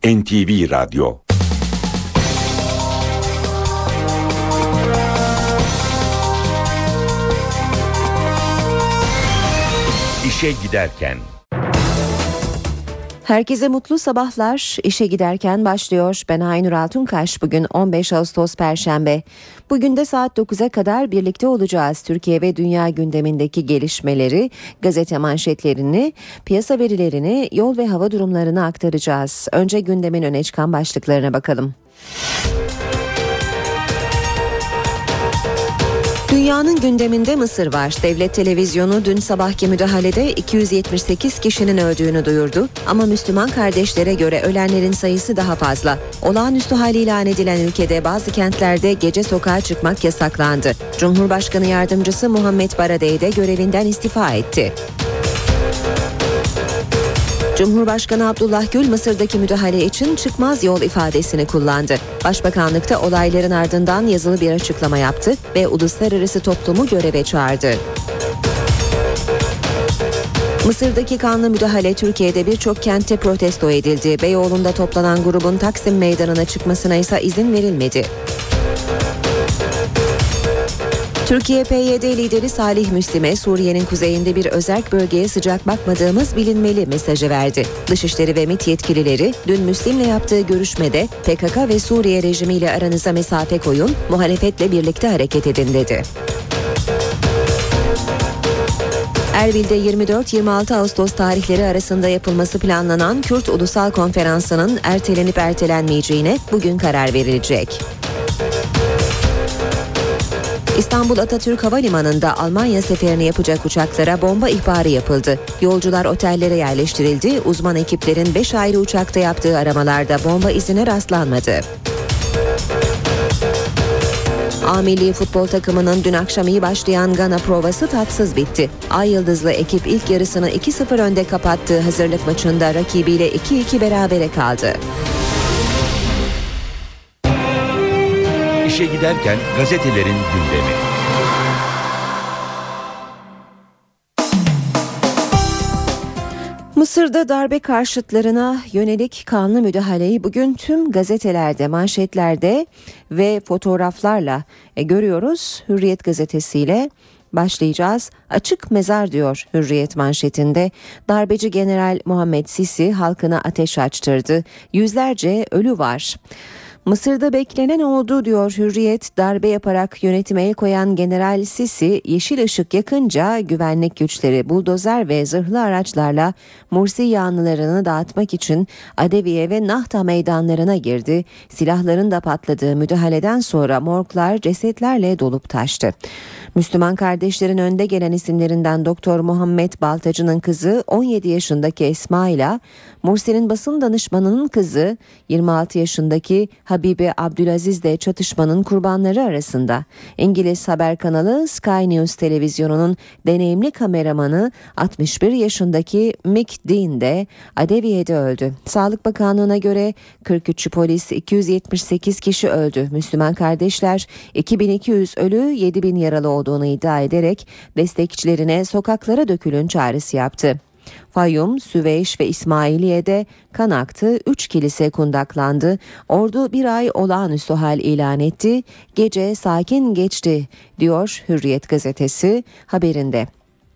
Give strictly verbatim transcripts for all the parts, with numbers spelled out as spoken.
N T V Radyo. İşe giderken. Herkese mutlu sabahlar. İşe giderken başlıyor. Ben Aynur Altunkaş. Bugün on beş Ağustos Perşembe. Bugün de saat dokuza kadar birlikte olacağız. Türkiye ve dünya gündemindeki gelişmeleri, gazete manşetlerini, piyasa verilerini, yol ve hava durumlarını aktaracağız. Önce gündemin öne çıkan başlıklarına bakalım. Dünyanın gündeminde Mısır var. Devlet televizyonu dün sabahki müdahalede iki yüz yetmiş sekiz kişinin öldüğünü duyurdu. Ama Müslüman kardeşlere göre ölenlerin sayısı daha fazla. Olağanüstü hal ilan edilen ülkede bazı kentlerde gece sokağa çıkmak yasaklandı. Cumhurbaşkanı Yardımcısı Muhammed Baradey de görevinden istifa etti. Cumhurbaşkanı Abdullah Gül Mısır'daki müdahale için çıkmaz yol ifadesini kullandı. Başbakanlıkta olayların ardından yazılı bir açıklama yaptı ve uluslararası toplumu göreve çağırdı. Mısır'daki kanlı müdahale Türkiye'de birçok kentte protesto edildi. Beyoğlu'nda toplanan grubun Taksim Meydanı'na çıkmasına ise izin verilmedi. Türkiye P Y D lideri Salih Müslim'e Suriye'nin kuzeyinde bir özerk bölgeye sıcak bakmadığımız bilinmeli mesajı verdi. Dışişleri ve MİT yetkilileri dün Müslim'le yaptığı görüşmede P K K ve Suriye rejimiyle aranıza mesafe koyun, muhalefetle birlikte hareket edin dedi. Erbil'de yirmi dört yirmi altı Ağustos tarihleri arasında yapılması planlanan Kürt Ulusal Konferansı'nın ertelenip ertelenmeyeceğine bugün karar verilecek. İstanbul Atatürk Havalimanı'nda Almanya seferini yapacak uçaklara bomba ihbarı yapıldı. Yolcular otellere yerleştirildi. Uzman ekiplerin beş ayrı uçakta yaptığı aramalarda bomba izine rastlanmadı. A milli futbol takımının dün akşam iyi başlayan Gana provası tatsız bitti. Ay Yıldızlı ekip ilk yarısını iki sıfır önde kapattığı hazırlık maçında rakibiyle iki iki berabere kaldı. İşe giderken gazetelerin gündemi. Mısır'da darbe karşıtlarına yönelik kanlı müdahaleyi bugün tüm gazetelerde, manşetlerde ve fotoğraflarla görüyoruz. Hürriyet gazetesiyle başlayacağız. Açık mezar diyor Hürriyet manşetinde. Darbeci General Muhammed Sisi halkına ateş açtırdı. Yüzlerce ölü var. Mısır'da beklenen oldu diyor Hürriyet. Darbe yaparak yönetime el koyan General Sisi yeşil ışık yakınca güvenlik güçleri buldozer ve zırhlı araçlarla Mursi yanlılarını dağıtmak için Adeviye ve Nahta meydanlarına girdi. Silahların da patladığı müdahaleden sonra morglar cesetlerle dolup taştı. Müslüman kardeşlerin önde gelen isimlerinden Doktor Muhammed Baltacı'nın kızı on yedi yaşındaki Esma ile Mursi'nin basın danışmanının kızı yirmi altı yaşındaki Habibe Abdülaziz de çatışmanın kurbanları arasında. İngiliz haber kanalı Sky News televizyonunun deneyimli kameramanı altmış bir yaşındaki Mick Dean de Adeviye'de öldü. Sağlık Bakanlığı'na göre kırk üç polis, iki yüz yetmiş sekiz kişi öldü. Müslüman kardeşler iki bin iki yüz ölü, yedi bin yaralı olduğunu iddia ederek destekçilerine sokaklara dökülün çağrısı yaptı. Fayyum, Süveyş ve İsmailiye'de kan aktı, üç kilise kundaklandı. Ordu bir ay olağanüstü hal ilan etti. Gece sakin geçti diyor Hürriyet gazetesi haberinde.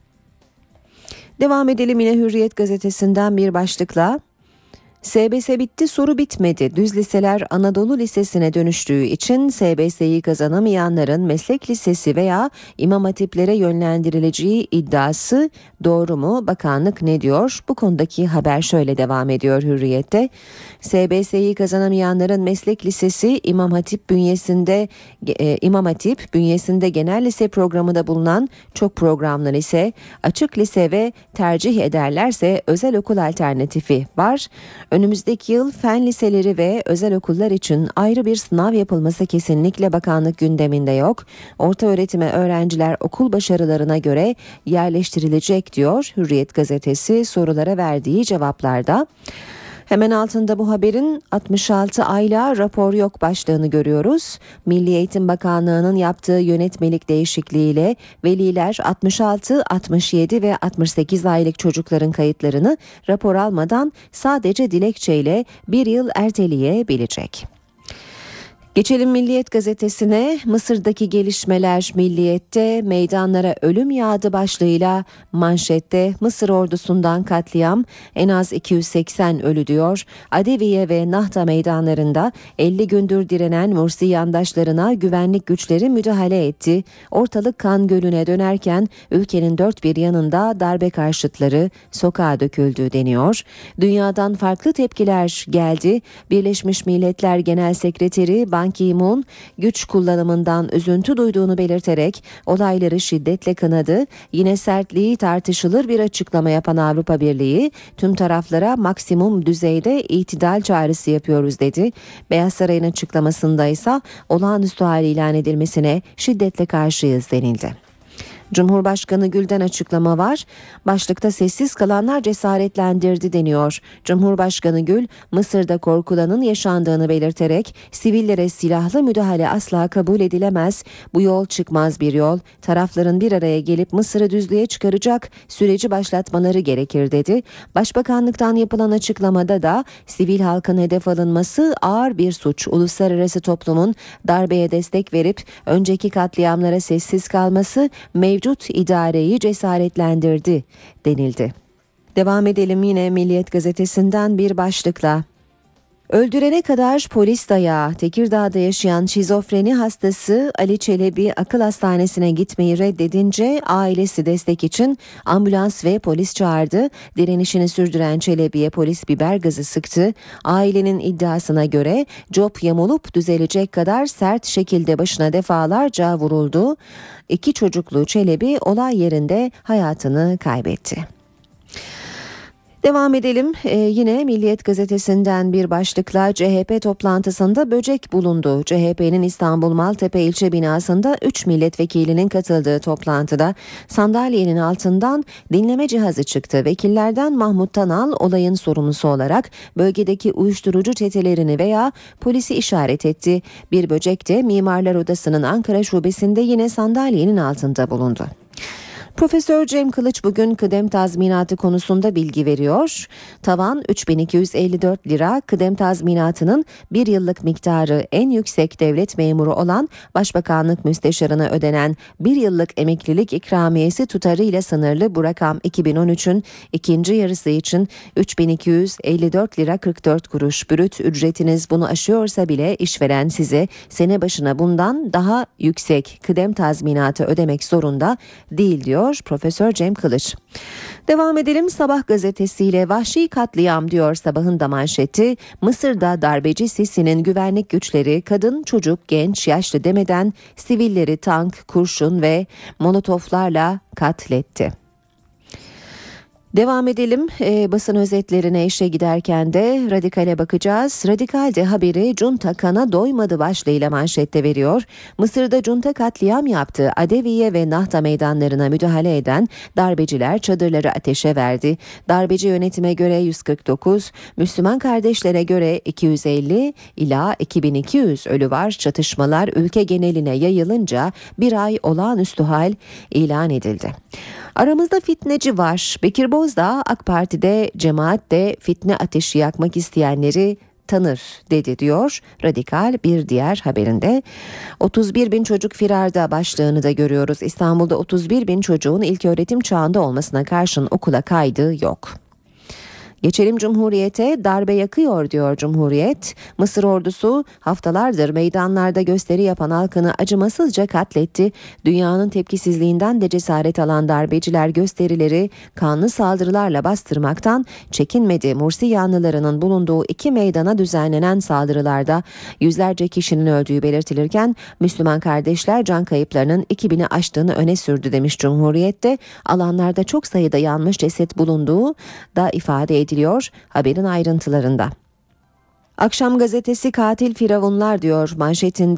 Devam edelim yine Hürriyet gazetesinden bir başlıkla. S B S bitti, soru bitmedi. Düz liseler Anadolu Lisesi'ne dönüştüğü için S B S'yi kazanamayanların meslek lisesi veya imam hatiplere yönlendirileceği iddiası doğru mu? Bakanlık ne diyor? Bu konudaki haber şöyle devam ediyor Hürriyet'te. S B S'yi kazanamayanların meslek lisesi imam hatip bünyesinde e, imam hatip bünyesinde genel lise programında bulunan çok programlı lise, açık lise ve tercih ederlerse özel okul alternatifi var. Önümüzdeki yıl fen liseleri ve özel okullar için ayrı bir sınav yapılması kesinlikle bakanlık gündeminde yok. Ortaöğretime öğrenciler okul başarılarına göre yerleştirilecek diyor Hürriyet gazetesi sorulara verdiği cevaplarda. Hemen altında bu haberin altmış altı aylığa rapor yok başlığını görüyoruz. Milli Eğitim Bakanlığı'nın yaptığı yönetmelik değişikliğiyle veliler altmış altı, altmış yedi ve altmış sekiz aylık çocukların kayıtlarını rapor almadan sadece dilekçeyle bir yıl erteleyebilecek. Geçelim Milliyet gazetesine. Mısır'daki gelişmeler Milliyet'te, meydanlara ölüm yağdı başlığıyla manşette. Mısır ordusundan katliam, en az iki yüz seksen ölü diyor. Adeviye ve Nahta meydanlarında elli gündür direnen Mursi yandaşlarına güvenlik güçleri müdahale etti. Ortalık kan gölüne dönerken ülkenin dört bir yanında darbe karşıtları sokağa döküldü deniyor. Dünyadan farklı tepkiler geldi. Birleşmiş Milletler Genel Sekreteri Ban Ki-moon güç kullanımından üzüntü duyduğunu belirterek olayları şiddetle kınadı. Yine sertliği tartışılır bir açıklama yapan Avrupa Birliği tüm taraflara maksimum düzeyde itidal çağrısı yapıyoruz dedi. Beyaz Saray'ın açıklamasında ise olağanüstü hal ilan edilmesine şiddetle karşıyız denildi. Cumhurbaşkanı Gül'den açıklama var. Başlıkta sessiz kalanlar cesaretlendirdi deniyor. Cumhurbaşkanı Gül, Mısır'da korkulanın yaşandığını belirterek sivillere silahlı müdahale asla kabul edilemez. Bu yol çıkmaz bir yol. Tarafların bir araya gelip Mısır'ı düzlüğe çıkaracak süreci başlatmaları gerekir dedi. Başbakanlıktan yapılan açıklamada da sivil halkın hedef alınması ağır bir suç. Uluslararası toplumun darbeye destek verip önceki katliamlara sessiz kalması mevcut mevcut idareyi cesaretlendirdi denildi. Devam edelim yine Milliyet gazetesinden bir başlıkla. Öldürene kadar polis dayağı. Tekirdağ'da yaşayan şizofreni hastası Ali Çelebi akıl hastanesine gitmeyi reddedince ailesi destek için ambulans ve polis çağırdı. Direnişini sürdüren Çelebi'ye polis biber gazı sıktı. Ailenin iddiasına göre cop yamulup düzelecek kadar sert şekilde başına defalarca vuruldu. İki çocuklu Çelebi olay yerinde hayatını kaybetti. Devam edelim. Ee, yine Milliyet gazetesinden bir başlıkla C H P toplantısında böcek bulundu. C H P'nin İstanbul Maltepe ilçe binasında üç milletvekilinin katıldığı toplantıda sandalyenin altından dinleme cihazı çıktı. Vekillerden Mahmut Tanal olayın sorumlusu olarak bölgedeki uyuşturucu çetelerini veya polisi işaret etti. Bir böcek de Mimarlar Odası'nın Ankara şubesinde yine sandalyenin altında bulundu. Profesör Cem Kılıç bugün kıdem tazminatı konusunda bilgi veriyor. Tavan üç bin iki yüz elli dört lira, kıdem tazminatının bir yıllık miktarı en yüksek devlet memuru olan Başbakanlık Müsteşarına ödenen bir yıllık emeklilik ikramiyesi tutarıyla sınırlı. Bu rakam iki bin on üçün ikinci yarısı için üç bin iki yüz elli dört lira kırk dört kuruş. Brüt ücretiniz bunu aşıyorsa bile işveren size sene başına bundan daha yüksek kıdem tazminatı ödemek zorunda değil diyor Profesör Cem Kılıç. Devam edelim Sabah gazetesiyle. Vahşi katliam diyor Sabah'ın da manşeti. Mısır'da darbeci Sisi'nin güvenlik güçleri kadın, çocuk, genç, yaşlı demeden sivilleri tank, kurşun ve molotoflarla katletti. Devam edelim e, basın özetlerine. İşe giderken de Radikal'e bakacağız. Radikal de haberi Junta kana doymadı başlığıyla manşette veriyor. Mısır'da Junta katliam yaptı. Adeviye ve Nahta meydanlarına müdahale eden darbeciler çadırları ateşe verdi. Darbeci yönetime göre yüz kırk dokuz, Müslüman kardeşlere göre iki yüz elli ila iki bin iki yüz ölü var. Çatışmalar ülke geneline yayılınca bir ay olağanüstü hal ilan edildi. Aramızda fitneci var. Bekir Bozdağ AK Parti'de, cemaatte fitne ateşi yakmak isteyenleri tanır dedi diyor Radikal bir diğer haberinde. otuz bir bin çocuk firarda başlığını da görüyoruz. İstanbul'da otuz bir bin çocuğun ilköğretim çağında olmasına karşın okula kaydı yok. Geçelim Cumhuriyet'e. Darbe yakıyor diyor Cumhuriyet. Mısır ordusu haftalardır meydanlarda gösteri yapan halkını acımasızca katletti. Dünyanın tepkisizliğinden de cesaret alan darbeciler gösterileri kanlı saldırılarla bastırmaktan çekinmedi. Mursi yanlılarının bulunduğu iki meydana düzenlenen saldırılarda yüzlerce kişinin öldüğü belirtilirken Müslüman kardeşler can kayıplarının iki bini aştığını öne sürdü demiş Cumhuriyet'te. Alanlarda çok sayıda yanmış ceset bulunduğu da ifade edildi. ediliyor haberin ayrıntılarında. Akşam gazetesi katil firavunlar diyor manşetinde.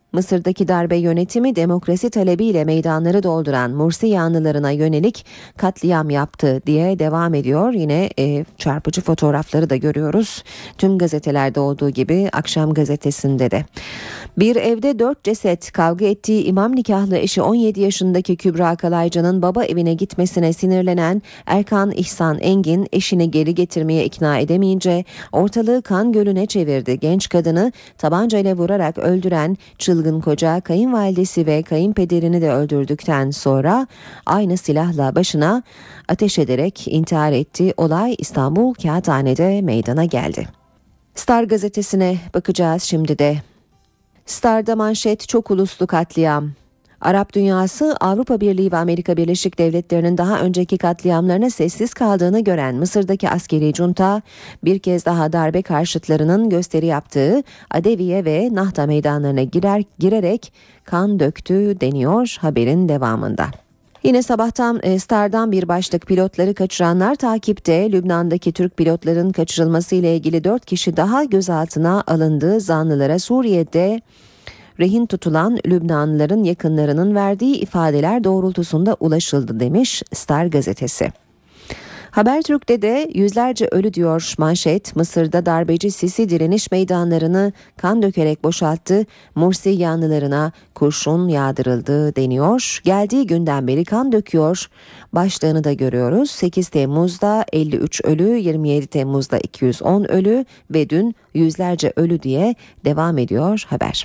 Mısır'daki darbe yönetimi demokrasi talebiyle meydanları dolduran Mursi yanlılarına yönelik katliam yaptı diye devam ediyor. Yine e, çarpıcı fotoğrafları da görüyoruz. Tüm gazetelerde olduğu gibi Akşam gazetesinde de. Bir evde dört ceset, kavga ettiği imam nikahlı eşi on yedi yaşındaki Kübra Kalaycı'nın baba evine gitmesine sinirlenen Erkan İhsan Engin eşini geri getirmeye ikna edemeyince ortalığı kan gölüne çevirdi. Genç kadını tabancayla vurarak öldüren çılgın koca kayınvalidesi ve kayınpederini de öldürdükten sonra aynı silahla başına ateş ederek intihar etti. Olay İstanbul Kağıthane'de meydana geldi. Star gazetesine bakacağız şimdi de. Star'da manşet çok uluslu katliam. Arap dünyası Avrupa Birliği ve Amerika Birleşik Devletleri'nin daha önceki katliamlarına sessiz kaldığını gören Mısır'daki askeri junta bir kez daha darbe karşıtlarının gösteri yaptığı Adeviye ve Nahda meydanlarına girer, girerek kan döktü deniyor haberin devamında. Yine sabahtan Star'dan bir başlık, pilotları kaçıranlar takipte. Lübnan'daki Türk pilotların kaçırılması ile ilgili dört kişi daha gözaltına alındı. Zanlılara Suriye'de rehin tutulan Lübnanlıların yakınlarının verdiği ifadeler doğrultusunda ulaşıldı demiş Star gazetesi. Habertürk'te de yüzlerce ölü diyor manşet. Mısır'da darbeci Sisi direniş meydanlarını kan dökerek boşalttı. Mursi yanlılarına kurşun yağdırıldı deniyor. Geldiği günden beri kan döküyor. Başlığını da görüyoruz. sekiz Temmuz'da elli üç ölü, yirmi yedi Temmuz'da iki yüz on ölü ve dün yüzlerce ölü diye devam ediyor haber.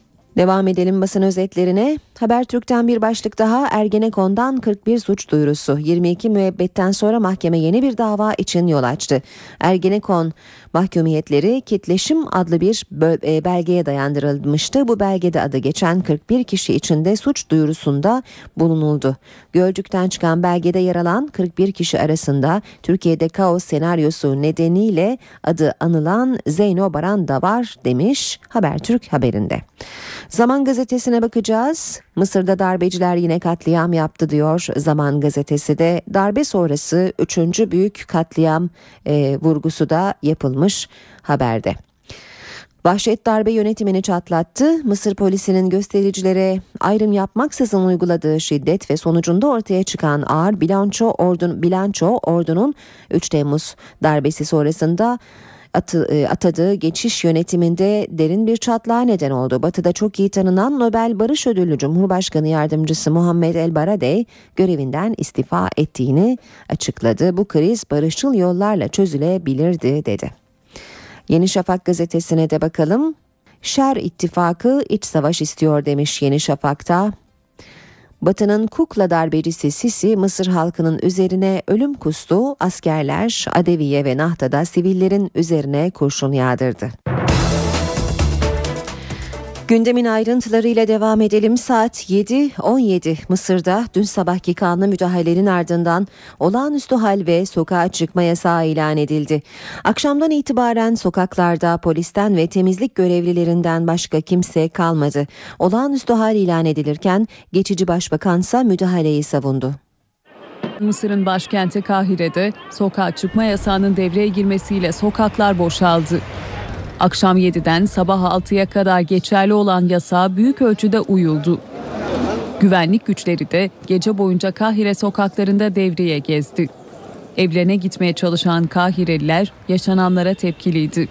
Devam edelim basın özetlerine. Habertürk'ten bir başlık daha, Ergenekon'dan kırk bir suç duyurusu. yirmi iki müebbetten sonra mahkeme yeni bir dava için yol açtı. Ergenekon mahkumiyetleri Kitleşim adlı bir belgeye dayandırılmıştı. Bu belgede adı geçen kırk bir kişi içinde suç duyurusunda bulunuldu. Gölcük'ten çıkan belgede yer alan kırk bir kişi arasında Türkiye'de kaos senaryosu nedeniyle adı anılan Zeyno Baran da var demiş Habertürk haberinde. Zaman gazetesine bakacağız. Mısır'da darbeciler yine katliam yaptı diyor Zaman gazetesi de. Darbe sonrası üçüncü büyük katliam e, vurgusu da yapılmış haberde. Vahşet darbe yönetimini çatlattı. Mısır polisinin göstericilere ayrım yapmaksızın uyguladığı şiddet ve sonucunda ortaya çıkan ağır bilanço, ordun, bilanço ordunun üç Temmuz darbesi sonrasında Atı, atadığı geçiş yönetiminde derin bir çatlağa neden oldu. Batı'da çok iyi tanınan Nobel Barış Ödüllü Cumhurbaşkanı Yardımcısı Muhammed El Baradei görevinden istifa ettiğini açıkladı. Bu kriz barışçıl yollarla çözülebilirdi dedi. Yeni Şafak gazetesine de bakalım. Şer ittifakı iç savaş istiyor demiş Yeni Şafak'ta. Batı'nın kukla darbecisi Sisi, Mısır halkının üzerine ölüm kustu, askerler Adeviye ve Nahda'da sivillerin üzerine kurşun yağdırdı. Gündemin ayrıntılarıyla devam edelim. Saat yedi on yedi Mısır'da dün sabahki kanlı müdahalenin ardından olağanüstü hal ve sokağa çıkma yasağı ilan edildi. Akşamdan itibaren sokaklarda polisten ve temizlik görevlilerinden başka kimse kalmadı. Olağanüstü hal ilan edilirken geçici başbakansa müdahaleyi savundu. Mısır'ın başkenti Kahire'de sokağa çıkma yasağının devreye girmesiyle sokaklar boşaldı. Akşam yediden sabah altıya kadar geçerli olan yasağa büyük ölçüde uyuldu. Güvenlik güçleri de gece boyunca Kahire sokaklarında devreye gezdi. Evlerine gitmeye çalışan Kahireliler yaşananlara tepkiliydi.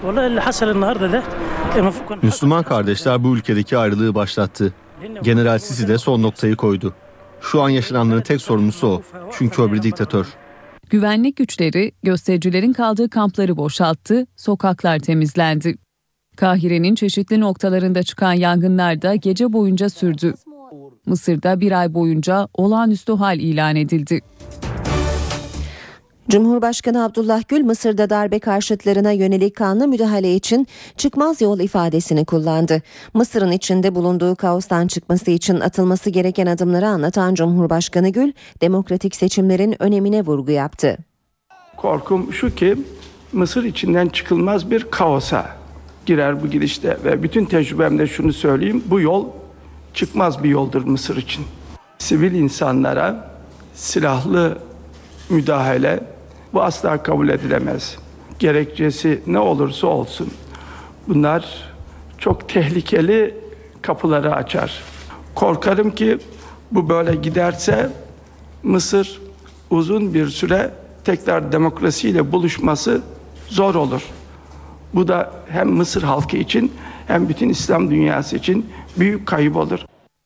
Müslüman kardeşler bu ülkedeki ayrılığı başlattı. General Sisi de son noktayı koydu. Şu an yaşananların tek sorumlusu o. Çünkü o bir diktatör. Güvenlik güçleri göstericilerin kaldığı kampları boşalttı, sokaklar temizlendi. Kahire'nin çeşitli noktalarında çıkan yangınlar da gece boyunca sürdü. Mısır'da bir ay boyunca olağanüstü hal ilan edildi. Cumhurbaşkanı Abdullah Gül, Mısır'da darbe karşıtlarına yönelik kanlı müdahale için çıkmaz yol ifadesini kullandı. Mısır'ın içinde bulunduğu kaostan çıkması için atılması gereken adımları anlatan Cumhurbaşkanı Gül, demokratik seçimlerin önemine vurgu yaptı. Korkum şu ki Mısır içinden çıkılmaz bir kaosa girer bu gidişte ve bütün tecrübemde şunu söyleyeyim, bu yol çıkmaz bir yoldur Mısır için. Sivil insanlara silahlı müdahale bu asla kabul edilemez. Gerekçesi ne olursa olsun. Bunlar çok tehlikeli kapıları açar. Korkarım ki bu böyle giderse Mısır uzun bir süre tekrar demokrasiyle buluşması zor olur. Bu da hem Mısır halkı için hem bütün İslam dünyası için büyük kayıp olur.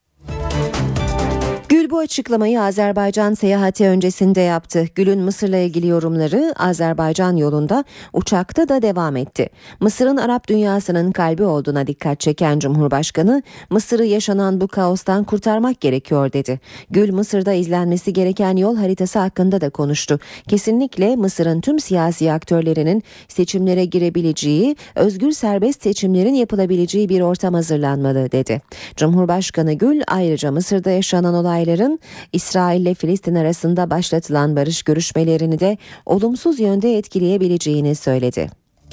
Gül bu açıklamayı Azerbaycan seyahati öncesinde yaptı. Gül'ün Mısır'la ilgili yorumları Azerbaycan yolunda uçakta da devam etti. Mısır'ın Arap dünyasının kalbi olduğuna dikkat çeken Cumhurbaşkanı, Mısır'ı yaşanan bu kaostan kurtarmak gerekiyor dedi. Gül, Mısır'da izlenmesi gereken yol haritası hakkında da konuştu. Kesinlikle Mısır'ın tüm siyasi aktörlerinin seçimlere girebileceği, özgür serbest seçimlerin yapılabileceği bir ortam hazırlanmalı dedi. Cumhurbaşkanı Gül ayrıca Mısır'da yaşanan olayların İsrail ile Filistin arasında başlatılan barış görüşmelerini de olumsuz yönde etkileyebileceğini söyledi.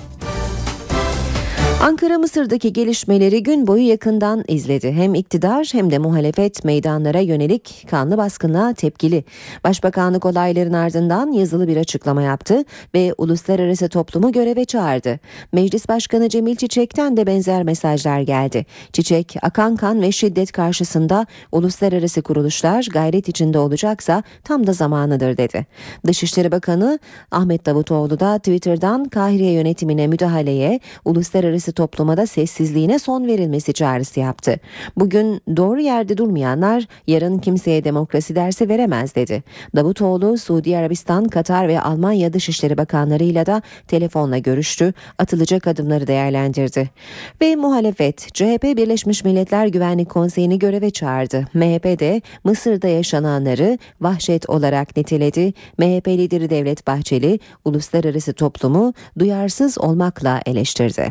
Ankara Mısır'daki gelişmeleri gün boyu yakından izledi. Hem iktidar hem de muhalefet meydanlara yönelik kanlı baskına tepkili. Başbakanlık olayların ardından yazılı bir açıklama yaptı ve uluslararası toplumu göreve çağırdı. Meclis Başkanı Cemil Çiçek'ten de benzer mesajlar geldi. Çiçek, akan kan ve şiddet karşısında uluslararası kuruluşlar gayret içinde olacaksa tam da zamanıdır dedi. Dışişleri Bakanı Ahmet Davutoğlu da Twitter'dan Kahire yönetimine müdahaleye, uluslararası topluma da sessizliğine son verilmesi çağrısı yaptı. Bugün doğru yerde durmayanlar yarın kimseye demokrasi dersi veremez dedi. Davutoğlu, Suudi Arabistan, Katar ve Almanya Dışişleri Bakanlarıyla da telefonla görüştü, atılacak adımları değerlendirdi. Ve muhalefet, C H P Birleşmiş Milletler Güvenlik Konseyi'ni göreve çağırdı. M H P de Mısır'da yaşananları vahşet olarak niteledi. M H P lideri Devlet Bahçeli, uluslararası toplumu duyarsız olmakla eleştirdi.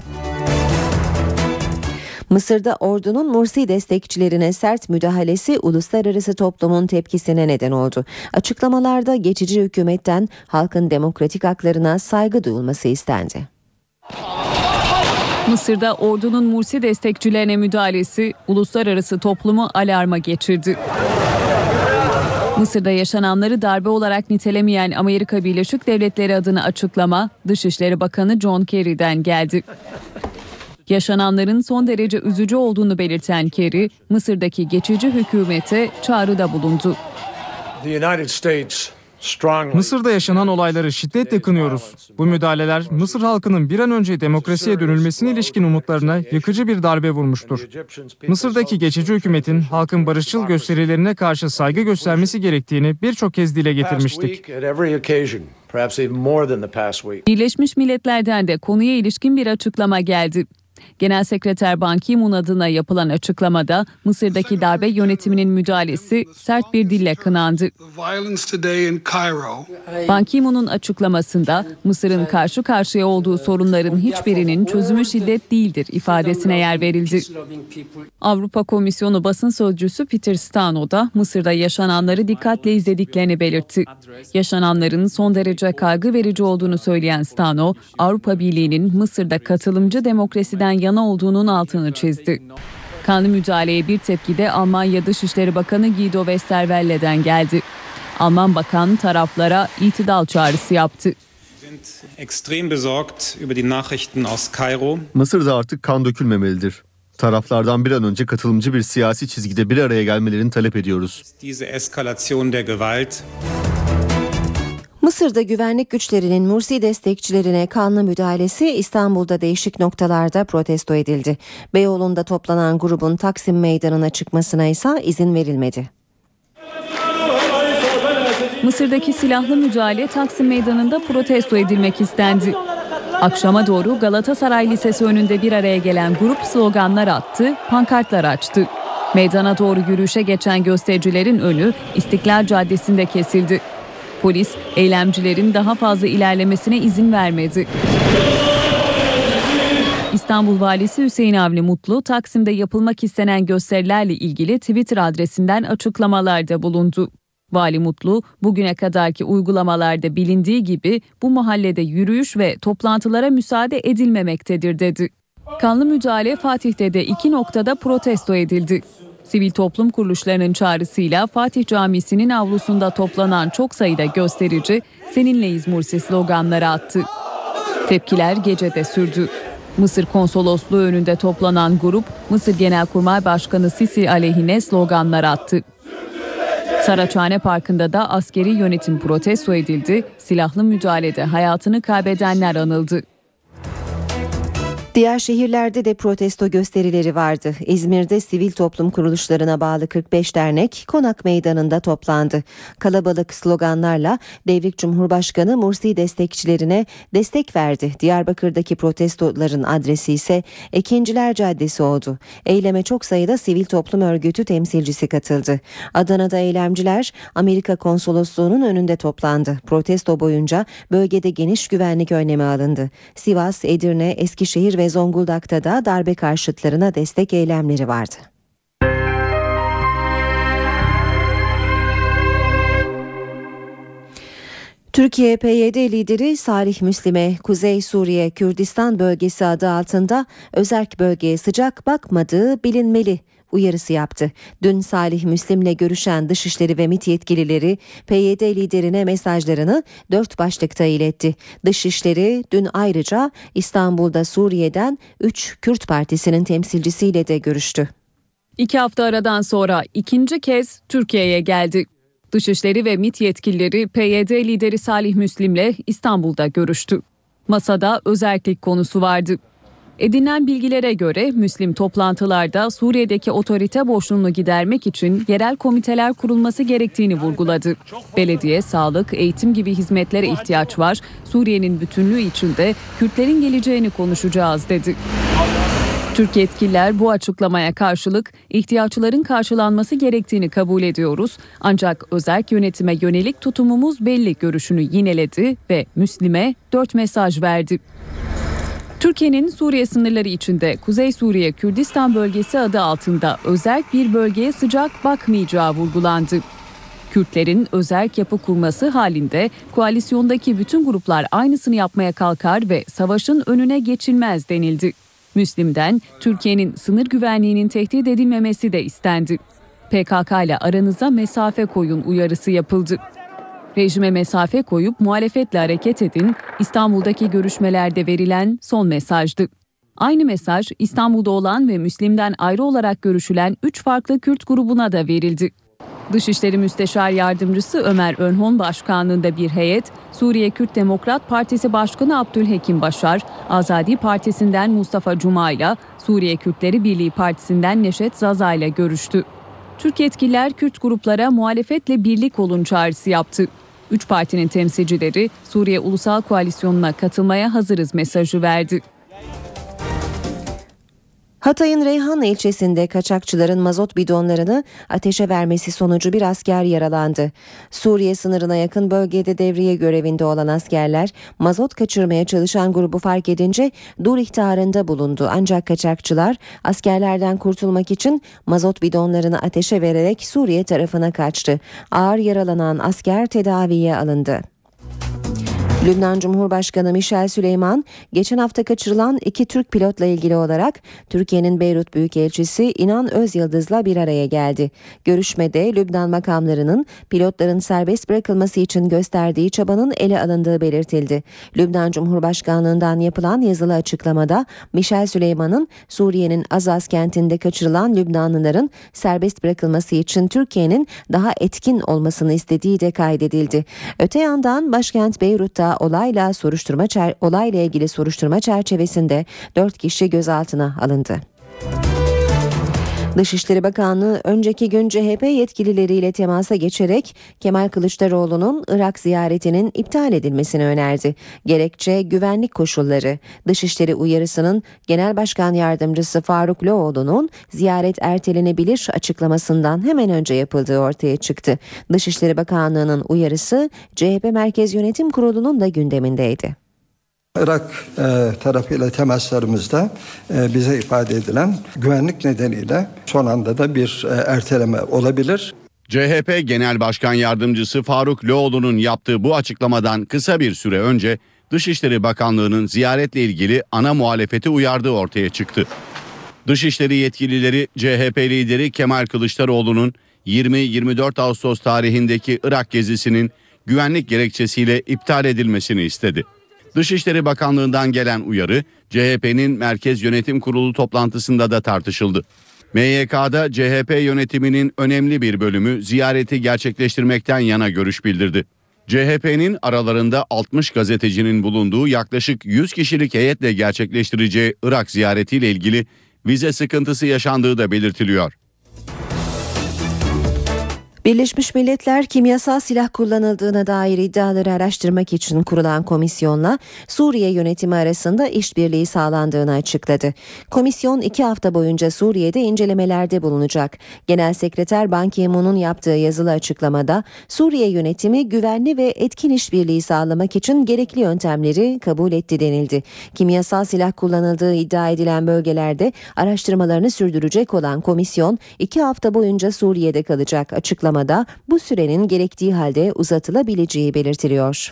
Mısır'da ordunun Mursi destekçilerine sert müdahalesi uluslararası toplumun tepkisine neden oldu. Açıklamalarda geçici hükümetten halkın demokratik haklarına saygı duyulması istendi. Mısır'da ordunun Mursi destekçilerine müdahalesi uluslararası toplumu alarma geçirdi. Mısır'da yaşananları darbe olarak nitelemeyen Amerika Birleşik Devletleri adına açıklama Dışişleri Bakanı John Kerry'den geldi. Yaşananların son derece üzücü olduğunu belirten Kerry, Mısır'daki geçici hükümete çağrıda bulundu. Mısır'da yaşanan olayları şiddetle kınıyoruz. Bu müdahaleler Mısır halkının bir an önce demokrasiye dönülmesine ilişkin umutlarına yıkıcı bir darbe vurmuştur. Mısır'daki geçici hükümetin halkın barışçıl gösterilerine karşı saygı göstermesi gerektiğini birçok kez dile getirmiştik. Birleşmiş Milletler'den de konuya ilişkin bir açıklama geldi. Genel Sekreter Ban Ki-moon adına yapılan açıklamada Mısır'daki darbe yönetiminin müdahalesi sert bir dille kınandı. Ban Ki-moon'un açıklamasında Mısır'ın karşı karşıya olduğu sorunların hiçbirinin çözümü şiddet değildir ifadesine yer verildi. Avrupa Komisyonu basın sözcüsü Peter Stano da Mısır'da yaşananları dikkatle izlediklerini belirtti. Yaşananların son derece kaygı verici olduğunu söyleyen Stano, Avrupa Birliği'nin Mısır'da katılımcı demokrasiden yana olduğunun altını çizdi. Kanlı müdahaleye bir tepki de Almanya Dışişleri Bakanı Guido Westerwelle'den geldi. Alman bakan taraflara itidal çağrısı yaptı. Mısır'da artık kan dökülmemelidir. Taraflardan bir an önce katılımcı bir siyasi çizgide bir araya gelmelerini talep ediyoruz. Mısır'da güvenlik güçlerinin Mursi destekçilerine kanlı müdahalesi İstanbul'da değişik noktalarda protesto edildi. Beyoğlu'nda toplanan grubun Taksim Meydanı'na çıkmasına ise izin verilmedi. Mısır'daki silahlı müdahale Taksim Meydanı'nda protesto edilmek istendi. Akşama doğru Galatasaray Lisesi önünde bir araya gelen grup sloganlar attı, pankartlar açtı. Meydana doğru yürüyüşe geçen göstericilerin önü İstiklal Caddesi'nde kesildi. Polis, eylemcilerin daha fazla ilerlemesine izin vermedi. İstanbul Valisi Hüseyin Avni Mutlu, Taksim'de yapılmak istenen gösterilerle ilgili Twitter adresinden açıklamalarda bulundu. Vali Mutlu, bugüne kadarki uygulamalarda bilindiği gibi bu mahallede yürüyüş ve toplantılara müsaade edilmemektedir dedi. Kanlı müdahale Fatih'te de iki noktada protesto edildi. Sivil toplum kuruluşlarının çağrısıyla Fatih Camisi'nin avlusunda toplanan çok sayıda gösterici "Seninleyiz Mursi" sloganları attı. Tepkiler gecede sürdü. Mısır Konsolosluğu önünde toplanan grup, Mısır Genelkurmay Başkanı Sisi aleyhine sloganlar attı. Saraçhane Parkı'nda da askeri yönetim protesto edildi, silahlı müdahalede hayatını kaybedenler anıldı. Diğer şehirlerde de protesto gösterileri vardı. İzmir'de sivil toplum kuruluşlarına bağlı kırk beş dernek Konak Meydanı'nda toplandı. Kalabalık sloganlarla Devrik Cumhurbaşkanı Mursi destekçilerine destek verdi. Diyarbakır'daki protestoların adresi ise Ekinciler Caddesi oldu. Eyleme çok sayıda sivil toplum örgütü temsilcisi katıldı. Adana'da eylemciler Amerika Konsolosluğu'nun önünde toplandı. Protesto boyunca bölgede geniş güvenlik önlemi alındı. Sivas, Edirne, Eskişehir ve Zonguldak'ta da darbe karşıtlarına destek eylemleri vardı. Türkiye P Y D lideri Salih Müslim'e Kuzey Suriye Kürdistan bölgesi adı altında özerk bölgeye sıcak bakmadığı bilinmeli uyarısı yaptı. Dün Salih Müslim'le görüşen Dışişleri ve MİT yetkilileri P Y D liderine mesajlarını dört başlıkta iletti. Dışişleri dün ayrıca İstanbul'da Suriye'den üç Kürt Partisi'nin temsilcisiyle de görüştü. İki hafta aradan sonra ikinci kez Türkiye'ye geldi. Dışişleri ve MİT yetkilileri P Y D lideri Salih Müslim'le İstanbul'da görüştü. Masada özerklik konusu vardı. Edinilen bilgilere göre Müslim toplantılarda Suriye'deki otorite boşluğunu gidermek için yerel komiteler kurulması gerektiğini vurguladı. Belediye, sağlık, eğitim gibi hizmetlere ihtiyaç var. Suriye'nin bütünlüğü içinde Kürtlerin geleceğini konuşacağız dedi. Türk yetkililer bu açıklamaya karşılık ihtiyaçların karşılanması gerektiğini kabul ediyoruz. Ancak özerk yönetime yönelik tutumumuz belli görüşünü yineledi ve Müslim'e dört mesaj verdi. Türkiye'nin Suriye sınırları içinde Kuzey Suriye Kürdistan bölgesi adı altında özerk bir bölgeye sıcak bakmayacağı vurgulandı. Kürtlerin özerk yapı kurması halinde koalisyondaki bütün gruplar aynısını yapmaya kalkar ve savaşın önüne geçilmez denildi. Müslim'den Türkiye'nin sınır güvenliğinin tehdit edilmemesi de istendi. P K K ile aranıza mesafe koyun uyarısı yapıldı. Rejime mesafe koyup muhalefetle hareket edin, İstanbul'daki görüşmelerde verilen son mesajdı. Aynı mesaj İstanbul'da olan ve Müslim'den ayrı olarak görüşülen üç farklı Kürt grubuna da verildi. Dışişleri Müsteşar Yardımcısı Ömer Önhon başkanlığında bir heyet, Suriye Kürt Demokrat Partisi Başkanı Abdülhekim Başar, Azadi Partisi'nden Mustafa Cuma ile Suriye Kürtleri Birliği Partisi'nden Neşet Zaza ile görüştü. Türk yetkililer Kürt gruplara muhalefetle birlik olun çağrısı yaptı. Üç partinin temsilcileri Suriye Ulusal Koalisyonu'na katılmaya hazırız mesajı verdi. Hatay'ın Reyhan ilçesinde kaçakçıların mazot bidonlarını ateşe vermesi sonucu bir asker yaralandı. Suriye sınırına yakın bölgede devriye görevinde olan askerler mazot kaçırmaya çalışan grubu fark edince dur ihtarında bulundu. Ancak kaçakçılar askerlerden kurtulmak için mazot bidonlarını ateşe vererek Suriye tarafına kaçtı. Ağır yaralanan asker tedaviye alındı. Lübnan Cumhurbaşkanı Michel Süleyman, geçen hafta kaçırılan iki Türk pilotla ilgili olarak Türkiye'nin Beyrut Büyükelçisi İnan Özyıldız'la bir araya geldi. Görüşmede Lübnan makamlarının pilotların serbest bırakılması için gösterdiği çabanın ele alındığı belirtildi. Lübnan Cumhurbaşkanlığından yapılan yazılı açıklamada Michel Süleyman'ın Suriye'nin Azaz kentinde kaçırılan Lübnanlıların serbest bırakılması için Türkiye'nin daha etkin olmasını istediği de kaydedildi. Öte yandan başkent Beyrut'ta olayla soruşturma olayla ilgili soruşturma çerçevesinde dört kişi gözaltına alındı. Dışişleri Bakanlığı önceki gün C H P yetkilileriyle temasa geçerek Kemal Kılıçdaroğlu'nun Irak ziyaretinin iptal edilmesini önerdi. Gerekçe güvenlik koşulları. Dışişleri uyarısının Genel Başkan Yardımcısı Faruk Loğlu'nun ziyaret ertelenebilir açıklamasından hemen önce yapıldığı ortaya çıktı. Dışişleri Bakanlığı'nın uyarısı C H P Merkez Yönetim Kurulu'nun da gündemindeydi. Irak e, tarafıyla temaslarımızda e, bize ifade edilen güvenlik nedeniyle son anda da bir e, erteleme olabilir. C H P Genel Başkan Yardımcısı Faruk Loğlu'nun yaptığı bu açıklamadan kısa bir süre önce Dışişleri Bakanlığı'nın ziyaretle ilgili ana muhalefeti uyardığı ortaya çıktı. Dışişleri yetkilileri C H P lideri Kemal Kılıçdaroğlu'nun yirmi yirmi dört Ağustos tarihindeki Irak gezisinin güvenlik gerekçesiyle iptal edilmesini istedi. Dışişleri Bakanlığı'ndan gelen uyarı C H P'nin Merkez Yönetim Kurulu toplantısında da tartışıldı. M Y K'da C H P yönetiminin önemli bir bölümü ziyareti gerçekleştirmekten yana görüş bildirdi. C H P'nin aralarında altmış gazetecinin bulunduğu yaklaşık yüz kişilik heyetle gerçekleştireceği Irak ziyaretiyle ilgili vize sıkıntısı yaşandığı da belirtiliyor. Birleşmiş Milletler kimyasal silah kullanıldığına dair iddiaları araştırmak için kurulan komisyonla Suriye yönetimi arasında işbirliği sağlandığını açıkladı. Komisyon iki hafta boyunca Suriye'de incelemelerde bulunacak. Genel Sekreter Ban Ki-moon'un yaptığı yazılı açıklamada Suriye yönetimi güvenli ve etkin işbirliği sağlamak için gerekli yöntemleri kabul etti denildi. Kimyasal silah kullanıldığı iddia edilen bölgelerde araştırmalarını sürdürecek olan komisyon iki hafta boyunca Suriye'de kalacak. Açıklama da bu sürenin gerektiği halde uzatılabileceği belirtiliyor.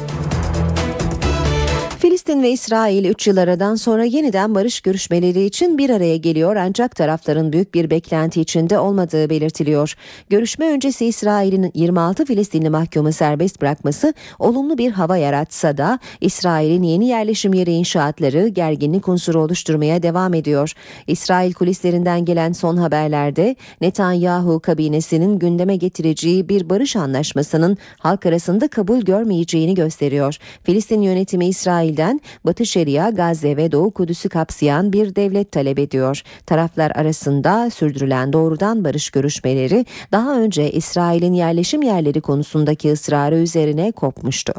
Filistin ve İsrail üç yıl aradan sonra yeniden barış görüşmeleri için bir araya geliyor ancak tarafların büyük bir beklenti içinde olmadığı belirtiliyor. Görüşme öncesi İsrail'in yirmi altı Filistinli mahkumu serbest bırakması olumlu bir hava yaratsa da İsrail'in yeni yerleşim yeri inşaatları gerginlik unsuru oluşturmaya devam ediyor. İsrail kulislerinden gelen son haberlerde Netanyahu kabinesinin gündeme getireceği bir barış anlaşmasının halk arasında kabul görmeyeceğini gösteriyor. Filistin yönetimi İsrail Batı Şeria, Gazze ve Doğu Kudüs'ü kapsayan bir devlet talep ediyor. Taraflar arasında sürdürülen doğrudan barış görüşmeleri daha önce İsrail'in yerleşim yerleri konusundaki ısrarı üzerine kopmuştu.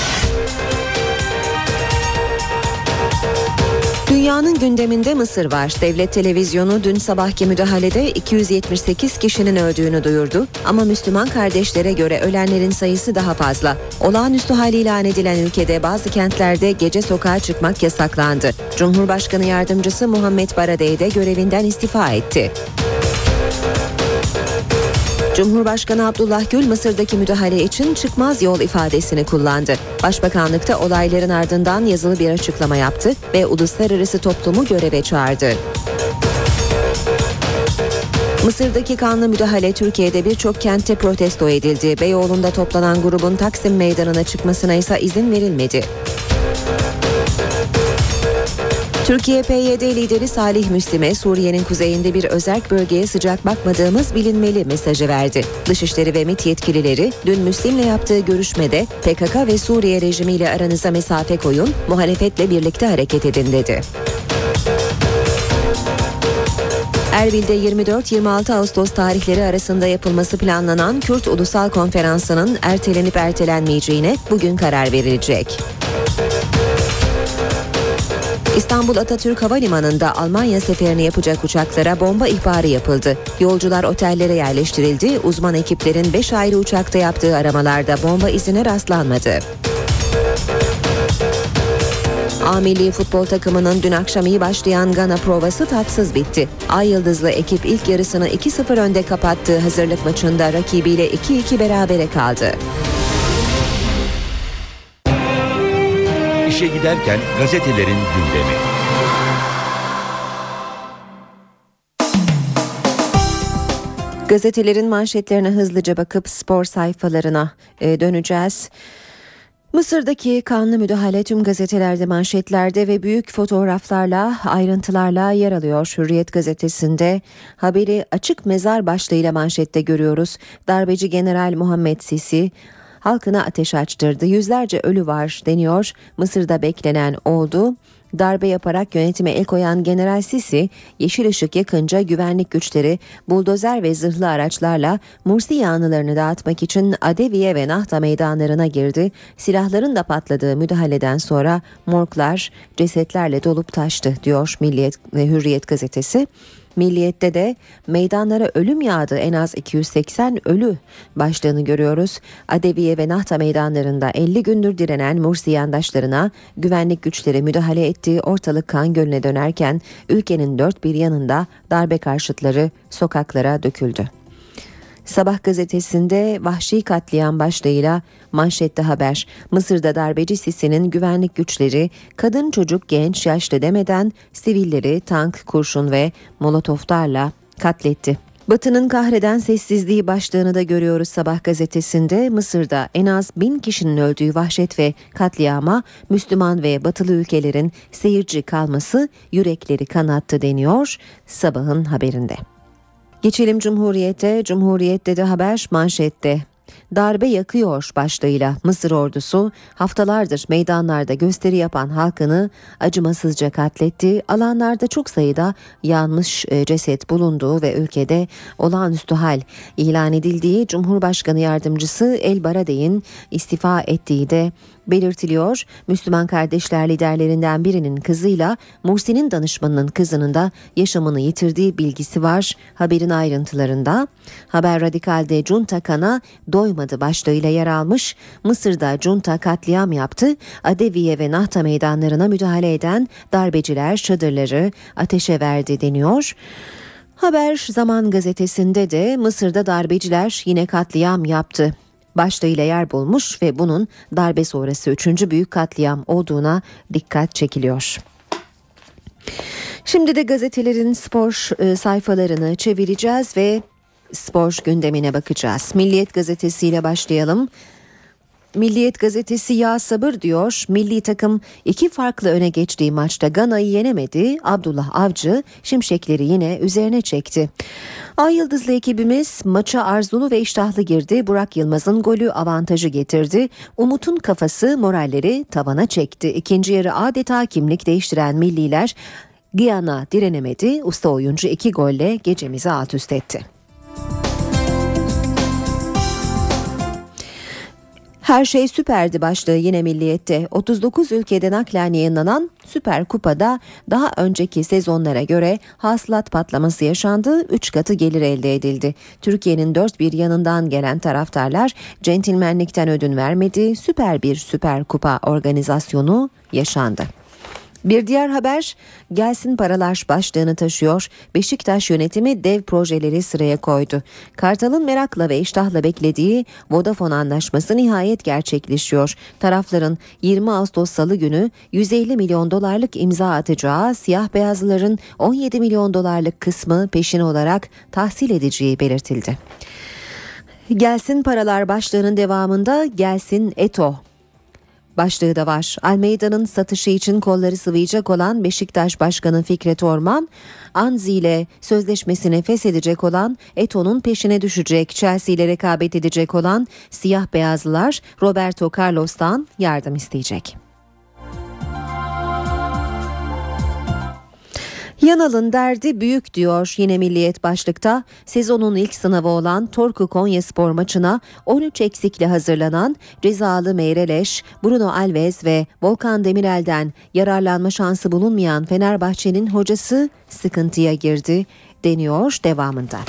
Dünyanın gündeminde Mısır var. Devlet televizyonu dün sabahki müdahalede iki yüz yetmiş sekiz kişinin öldüğünü duyurdu. Ama Müslüman kardeşlere göre ölenlerin sayısı daha fazla. Olağanüstü hal ilan edilen ülkede bazı kentlerde gece sokağa çıkmak yasaklandı. Cumhurbaşkanı Yardımcısı Muhammed Baradey de görevinden istifa etti. Cumhurbaşkanı Abdullah Gül Mısır'daki müdahale için çıkmaz yol ifadesini kullandı. Başbakanlıkta olayların ardından yazılı bir açıklama yaptı ve uluslararası toplumu göreve çağırdı. Mısır'daki kanlı müdahale Türkiye'de birçok kentte protesto edildi. Beyoğlu'nda toplanan grubun Taksim Meydanı'na çıkmasına ise izin verilmedi. Türkiye P Y D lideri Salih Müslim'e Suriye'nin kuzeyinde bir özerk bölgeye sıcak bakmadığımız bilinmeli mesajı verdi. Dışişleri ve MİT yetkilileri dün Müslim'le yaptığı görüşmede P K K ve Suriye rejimiyle aranıza mesafe koyun, muhalefetle birlikte hareket edin dedi. Erbil'de yirmi dört yirmi altı Ağustos tarihleri arasında yapılması planlanan Kürt Ulusal Konferansı'nın ertelenip ertelenmeyeceğine bugün karar verilecek. İstanbul Atatürk Havalimanı'nda Almanya seferini yapacak uçaklara bomba ihbarı yapıldı. Yolcular otellere yerleştirildi. Uzman ekiplerin beş ayrı uçakta yaptığı aramalarda bomba izine rastlanmadı. A milli futbol takımının dün akşam iyi başlayan Gana provası tatsız bitti. Ay Yıldızlı ekip ilk yarısını iki sıfır önde kapattığı hazırlık maçında rakibiyle iki iki berabere kaldı. İşe giderken gazetelerin gündemi. Gazetelerin manşetlerine hızlıca bakıp spor sayfalarına e, döneceğiz. Mısır'daki kanlı müdahale tüm gazetelerde, manşetlerde ve büyük fotoğraflarla, ayrıntılarla yer alıyor. Hürriyet gazetesinde haberi açık mezar başlığıyla manşette görüyoruz. Darbeci General Muhammed Sisi halkına ateş açtırdı. Yüzlerce ölü var deniyor. Mısır'da beklenen oldu. Darbe yaparak yönetime el koyan General Sisi, yeşil ışık yakınca güvenlik güçleri buldozer ve zırhlı araçlarla Mursi yanlılarını dağıtmak için Adeviye ve Nahta meydanlarına girdi. Silahların da patladığı müdahaleden sonra morglar cesetlerle dolup taştı diyor Milliyet ve Hürriyet gazetesi. Milliyet'te de meydanlara ölüm yağdı, en az iki yüz seksen ölü başlığını görüyoruz. Adeviye ve Nahta meydanlarında elli gündür direnen Mursi yandaşlarına güvenlik güçleri müdahale ettiği ortalık kan gölüne dönerken ülkenin dört bir yanında darbe karşıtları sokaklara döküldü. Sabah gazetesinde vahşi katliam başlığıyla manşette haber. Mısır'da darbeci Sisi'nin güvenlik güçleri kadın, çocuk, genç, yaşlı demeden sivilleri tank, kurşun ve molotoflarla katletti. Batı'nın kahreden sessizliği başlığını da görüyoruz Sabah gazetesinde. Mısır'da en az bin kişinin öldüğü vahşet ve katliama Müslüman ve Batılı ülkelerin seyirci kalması yürekleri kanattı deniyor Sabah'ın haberinde. Geçelim Cumhuriyet'e. Cumhuriyet'te de haber manşette. Darbe yakıyor başlığıyla Mısır ordusu haftalardır meydanlarda gösteri yapan halkını acımasızca katletti. Alanlarda çok sayıda yanmış ceset bulunduğu ve ülkede olağanüstü hal ilan edildiği, Cumhurbaşkanı Yardımcısı El Baradei'nin istifa ettiği de belirtiliyor. Müslüman Kardeşler liderlerinden birinin kızıyla Mursi'nin danışmanının kızının da yaşamını yitirdiği bilgisi var haberin ayrıntılarında. Haber Radikal'de Junta kana doymadı başlığıyla yer almış. Mısır'da junta katliam yaptı. Adeviye ve Nahta meydanlarına müdahale eden darbeciler çadırları ateşe verdi deniyor. Haber Zaman gazetesinde de Mısır'da darbeciler yine katliam yaptı başlığıyla yer bulmuş ve bunun darbe sonrası üçüncü büyük katliam olduğuna dikkat çekiliyor. Şimdi de gazetelerin spor sayfalarını çevireceğiz ve spor gündemine bakacağız. Milliyet gazetesiyle başlayalım. Milliyet gazetesi ya sabır diyor. Milli takım iki farklı öne geçtiği maçta Gana'yı yenemedi. Abdullah Avcı şimşekleri yine üzerine çekti. Ay Yıldızlı ekibimiz maça arzulu ve iştahlı girdi. Burak Yılmaz'ın golü avantajı getirdi. Umut'un kafası moralleri tavana çekti. İkinci yarı adeta kimlik değiştiren milliler Gıyana direnemedi. Usta oyuncu iki golle gecemizi alt üst etti. Her şey süperdi başlığı yine Milliyet'te. otuz dokuz ülkeden naklen yayınlanan Süper Kupa'da daha önceki sezonlara göre hasılat patlaması yaşandı, üç katı gelir elde edildi. Türkiye'nin dört bir yanından gelen taraftarlar centilmenlikten ödün vermedi, süper bir Süper Kupa organizasyonu yaşandı. Bir diğer haber gelsin paralar başlığını taşıyor. Beşiktaş yönetimi dev projeleri sıraya koydu. Kartal'ın merakla ve iştahla beklediği Vodafone anlaşması nihayet gerçekleşiyor. Tarafların yirmi Ağustos Salı günü yüz elli milyon dolarlık imza atacağı, siyah beyazlıların on yedi milyon dolarlık kısmı peşin olarak tahsil edeceği belirtildi. Gelsin paralar başlığının devamında gelsin Eto başlığı da var. Almeida'nın satışı için kolları sıvayacak olan Beşiktaş Başkanı Fikret Orman, Anzi ile sözleşmesini feshedecek olan Eto'nun peşine düşecek. Chelsea ile rekabet edecek olan siyah beyazlılar Roberto Carlos'tan yardım isteyecek. Yanal'ın derdi büyük diyor yine Milliyet başlıkta. Sezonun ilk sınavı olan Torku Konyaspor maçına on üç eksikle hazırlanan cezalı Meireles, Bruno Alves ve Volkan Demirel'den yararlanma şansı bulunmayan Fenerbahçe'nin hocası sıkıntıya girdi deniyor devamında.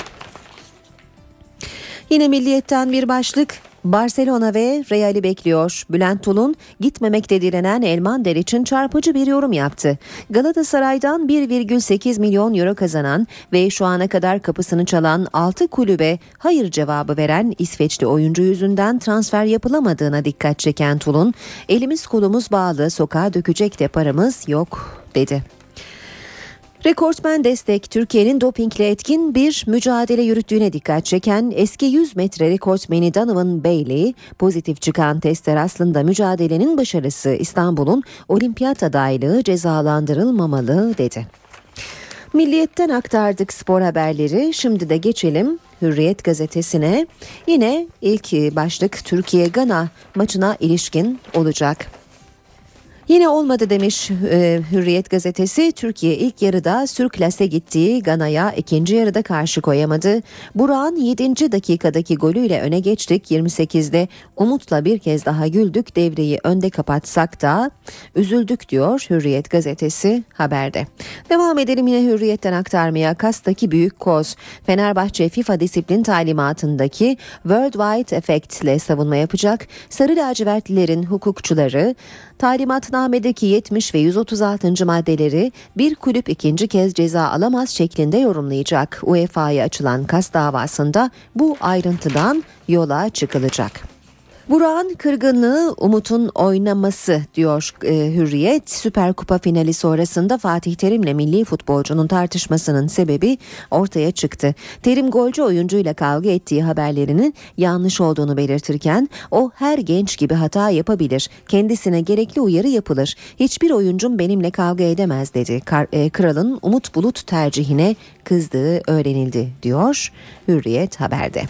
Yine Milliyet'ten bir başlık. Barcelona ve Real'i bekliyor. Bülent Tulun gitmemekte direnen Elmander için çarpıcı bir yorum yaptı. Galatasaray'dan bir virgül sekiz milyon euro kazanan ve şu ana kadar kapısını çalan altı kulübe hayır cevabı veren İsveçli oyuncu yüzünden transfer yapılamadığına dikkat çeken Tulun, elimiz kolumuz bağlı, sokağa dökecek de paramız yok dedi. Rekortmen destek Türkiye'nin dopingle etkin bir mücadele yürüttüğüne dikkat çeken eski yüz metre rekortmeni Donovan Bailey, pozitif çıkan testler aslında mücadelenin başarısı, İstanbul'un olimpiyat adaylığı cezalandırılmamalı dedi. Milliyet'ten aktardık spor haberleri. Şimdi de geçelim Hürriyet gazetesine. Yine ilk başlık Türkiye-Gana maçına ilişkin olacak. Yine olmadı demiş e, Hürriyet gazetesi. Türkiye ilk yarıda sürklase gittiği Gana'ya ikinci yarıda karşı koyamadı. Burak'ın yedinci dakikadaki golüyle öne geçtik. yirmi sekizde umutla bir kez daha güldük. Devreyi önde kapatsak da üzüldük diyor Hürriyet gazetesi haberde. Devam edelim yine Hürriyet'ten aktarmaya. Kas'taki büyük koz. Fenerbahçe FIFA disiplin talimatındaki Worldwide Effect ile savunma yapacak. Sarı lacivertlilerin hukukçuları talimatnamedeki yetmiş ve yüz otuz altıncı maddeleri bir kulüp ikinci kez ceza alamaz şeklinde yorumlayacak. U E F A'ya açılan Kas davasında bu ayrıntıdan yola çıkılacak. Burak'ın kırgınlığı Umut'un oynaması diyor e, Hürriyet. Süper Kupa finali sonrasında Fatih Terim'le milli futbolcunun tartışmasının sebebi ortaya çıktı. Terim golcü oyuncuyla kavga ettiği haberlerinin yanlış olduğunu belirtirken o her genç gibi hata yapabilir. Kendisine gerekli uyarı yapılır. Hiçbir oyuncum benimle kavga edemez dedi. Kar, e, Kral'ın Umut Bulut tercihine kızdığı öğrenildi diyor Hürriyet haberde.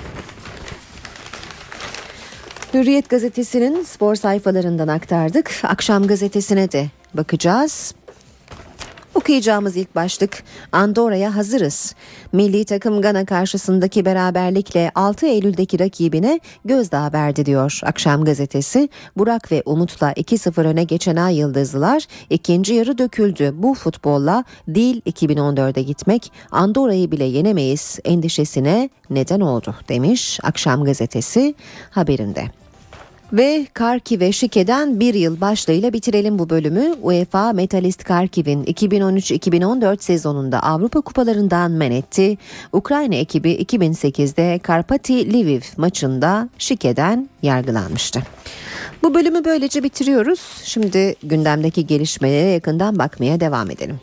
Hürriyet gazetesinin spor sayfalarından aktardık. Akşam gazetesine de bakacağız. Okuyacağımız ilk başlık Andorra'ya hazırız. Milli takım Gana karşısındaki beraberlikle altı Eylül'deki rakibine gözdağı verdi diyor Akşam gazetesi. Burak ve Umut'la iki sıfır öne geçen Ay Yıldızlılar ikinci yarı döküldü. Bu futbolla değil iki bin on dörde gitmek, Andorra'yı bile yenemeyiz endişesine neden oldu demiş Akşam gazetesi haberinde. Ve Karkiv ve Şike'den bir yıl başlığıyla bitirelim bu bölümü. UEFA Metalist Karkiv'in iki bin on üç iki bin on dört sezonunda Avrupa Kupalarından men etti. Ukrayna ekibi iki bin sekizde Karpati Lviv maçında Şike'den yargılanmıştı. Bu bölümü böylece bitiriyoruz. Şimdi gündemdeki gelişmelere yakından bakmaya devam edelim.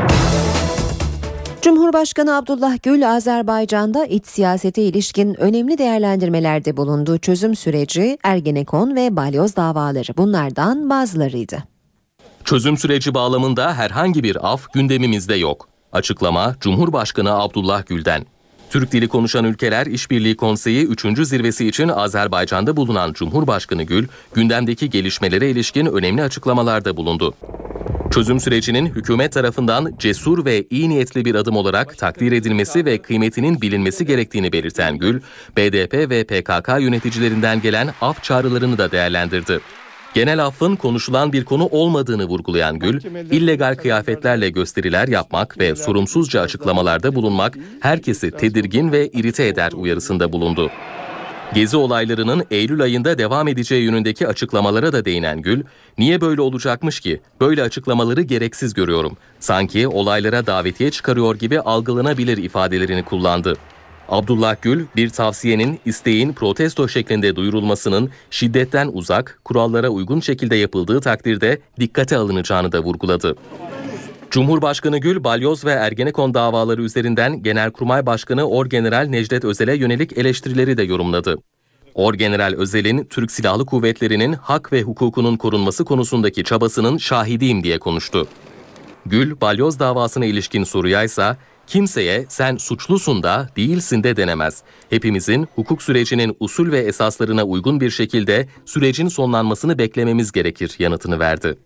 Cumhurbaşkanı Abdullah Gül, Azerbaycan'da iç siyasete ilişkin önemli değerlendirmelerde bulunduğu çözüm süreci, Ergenekon ve balyoz davaları bunlardan bazılarıydı. Çözüm süreci bağlamında herhangi bir af gündemimizde yok. Açıklama Cumhurbaşkanı Abdullah Gül'den. Türk dili konuşan ülkeler İşbirliği Konseyi üçüncü zirvesi için Azerbaycan'da bulunan Cumhurbaşkanı Gül, gündemdeki gelişmelere ilişkin önemli açıklamalarda bulundu. Çözüm sürecinin hükümet tarafından cesur ve iyi niyetli bir adım olarak takdir edilmesi ve kıymetinin bilinmesi gerektiğini belirten Gül, B D P ve P K K yöneticilerinden gelen af çağrılarını da değerlendirdi. Genel affın konuşulan bir konu olmadığını vurgulayan Gül, illegal kıyafetlerle gösteriler yapmak ve sorumsuzca açıklamalarda bulunmak herkesi tedirgin ve irite eder uyarısında bulundu. Gezi olaylarının Eylül ayında devam edeceği yönündeki açıklamalara da değinen Gül, "Niye böyle olacakmış ki? Böyle açıklamaları gereksiz görüyorum. Sanki olaylara davetiye çıkarıyor gibi algılanabilir" ifadelerini kullandı. Abdullah Gül, bir tavsiyenin, isteğin protesto şeklinde duyurulmasının şiddetten uzak, kurallara uygun şekilde yapıldığı takdirde dikkate alınacağını da vurguladı. Cumhurbaşkanı Gül, balyoz ve Ergenekon davaları üzerinden Genelkurmay Başkanı Orgeneral Necdet Özel'e yönelik eleştirileri de yorumladı. Orgeneral Özel'in Türk Silahlı Kuvvetleri'nin hak ve hukukunun korunması konusundaki çabasının şahidiyim diye konuştu. Gül, balyoz davasına ilişkin soruya ise "Kimseye sen suçlusun da değilsin de denemez. Hepimizin hukuk sürecinin usul ve esaslarına uygun bir şekilde sürecin sonlanmasını beklememiz gerekir" yanıtını verdi.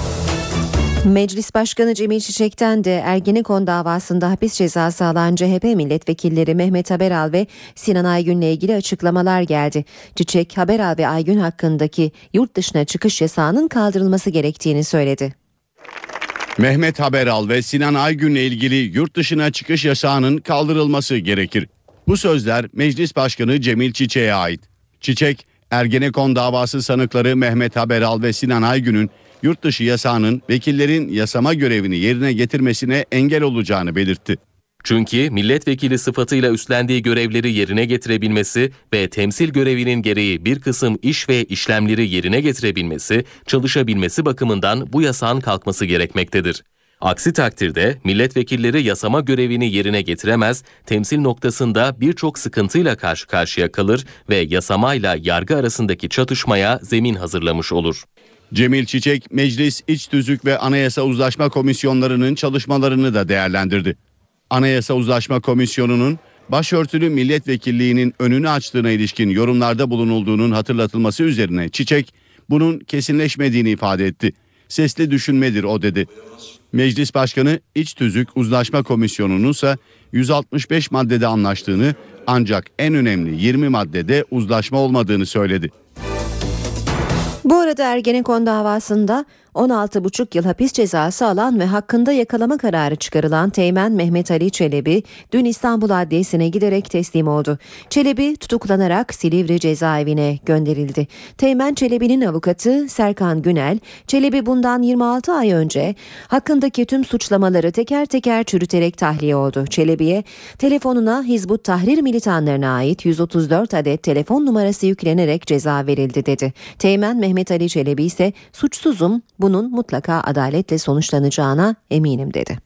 Meclis Başkanı Cemil Çiçek'ten de Ergenekon davasında hapis cezası alan C H P milletvekilleri Mehmet Haberal ve Sinan Aygün'le ilgili açıklamalar geldi. Çiçek, Haberal ve Aygün hakkındaki yurt dışına çıkış yasağının kaldırılması gerektiğini söyledi. Mehmet Haberal ve Sinan Aygün'le ilgili yurt dışına çıkış yasağının kaldırılması gerekir. Bu sözler Meclis Başkanı Cemil Çiçek'e ait. Çiçek, Ergenekon davası sanıkları Mehmet Haberal ve Sinan Aygün'ün yurt dışı yasağının vekillerin yasama görevini yerine getirmesine engel olacağını belirtti. Çünkü milletvekili sıfatıyla üstlendiği görevleri yerine getirebilmesi ve temsil görevinin gereği bir kısım iş ve işlemleri yerine getirebilmesi, çalışabilmesi bakımından bu yasağın kalkması gerekmektedir. Aksi takdirde milletvekilleri yasama görevini yerine getiremez, temsil noktasında birçok sıkıntıyla karşı karşıya kalır ve yasamayla yargı arasındaki çatışmaya zemin hazırlamış olur. Cemil Çiçek, Meclis İç Tüzük ve Anayasa Uzlaşma Komisyonlarının çalışmalarını da değerlendirdi. Anayasa Uzlaşma Komisyonu'nun başörtülü milletvekilliğinin önünü açtığına ilişkin yorumlarda bulunulduğunun hatırlatılması üzerine Çiçek, bunun kesinleşmediğini ifade etti. Sesli düşünmedir o dedi. Meclis Başkanı İç Tüzük Uzlaşma Komisyonu'nun ise yüz altmış beş maddede anlaştığını, ancak en önemli yirmi maddede uzlaşma olmadığını söyledi. Bu arada Ergenekon davasında on altı buçuk yıl hapis cezası alan ve hakkında yakalama kararı çıkarılan Teğmen Mehmet Ali Çelebi dün İstanbul Adliyesi'ne giderek teslim oldu. Çelebi tutuklanarak Silivri cezaevine gönderildi. Teğmen Çelebi'nin avukatı Serkan Günel, Çelebi bundan yirmi altı ay önce hakkındaki tüm suçlamaları teker teker çürüterek tahliye oldu. Çelebi'ye telefonuna Hizbut Tahrir militanlarına ait yüz otuz dört adet telefon numarası yüklenerek ceza verildi dedi. Teğmen Mehmet Ali Çelebi ise suçsuzum, bunun mutlaka adaletle sonuçlanacağına eminim dedi.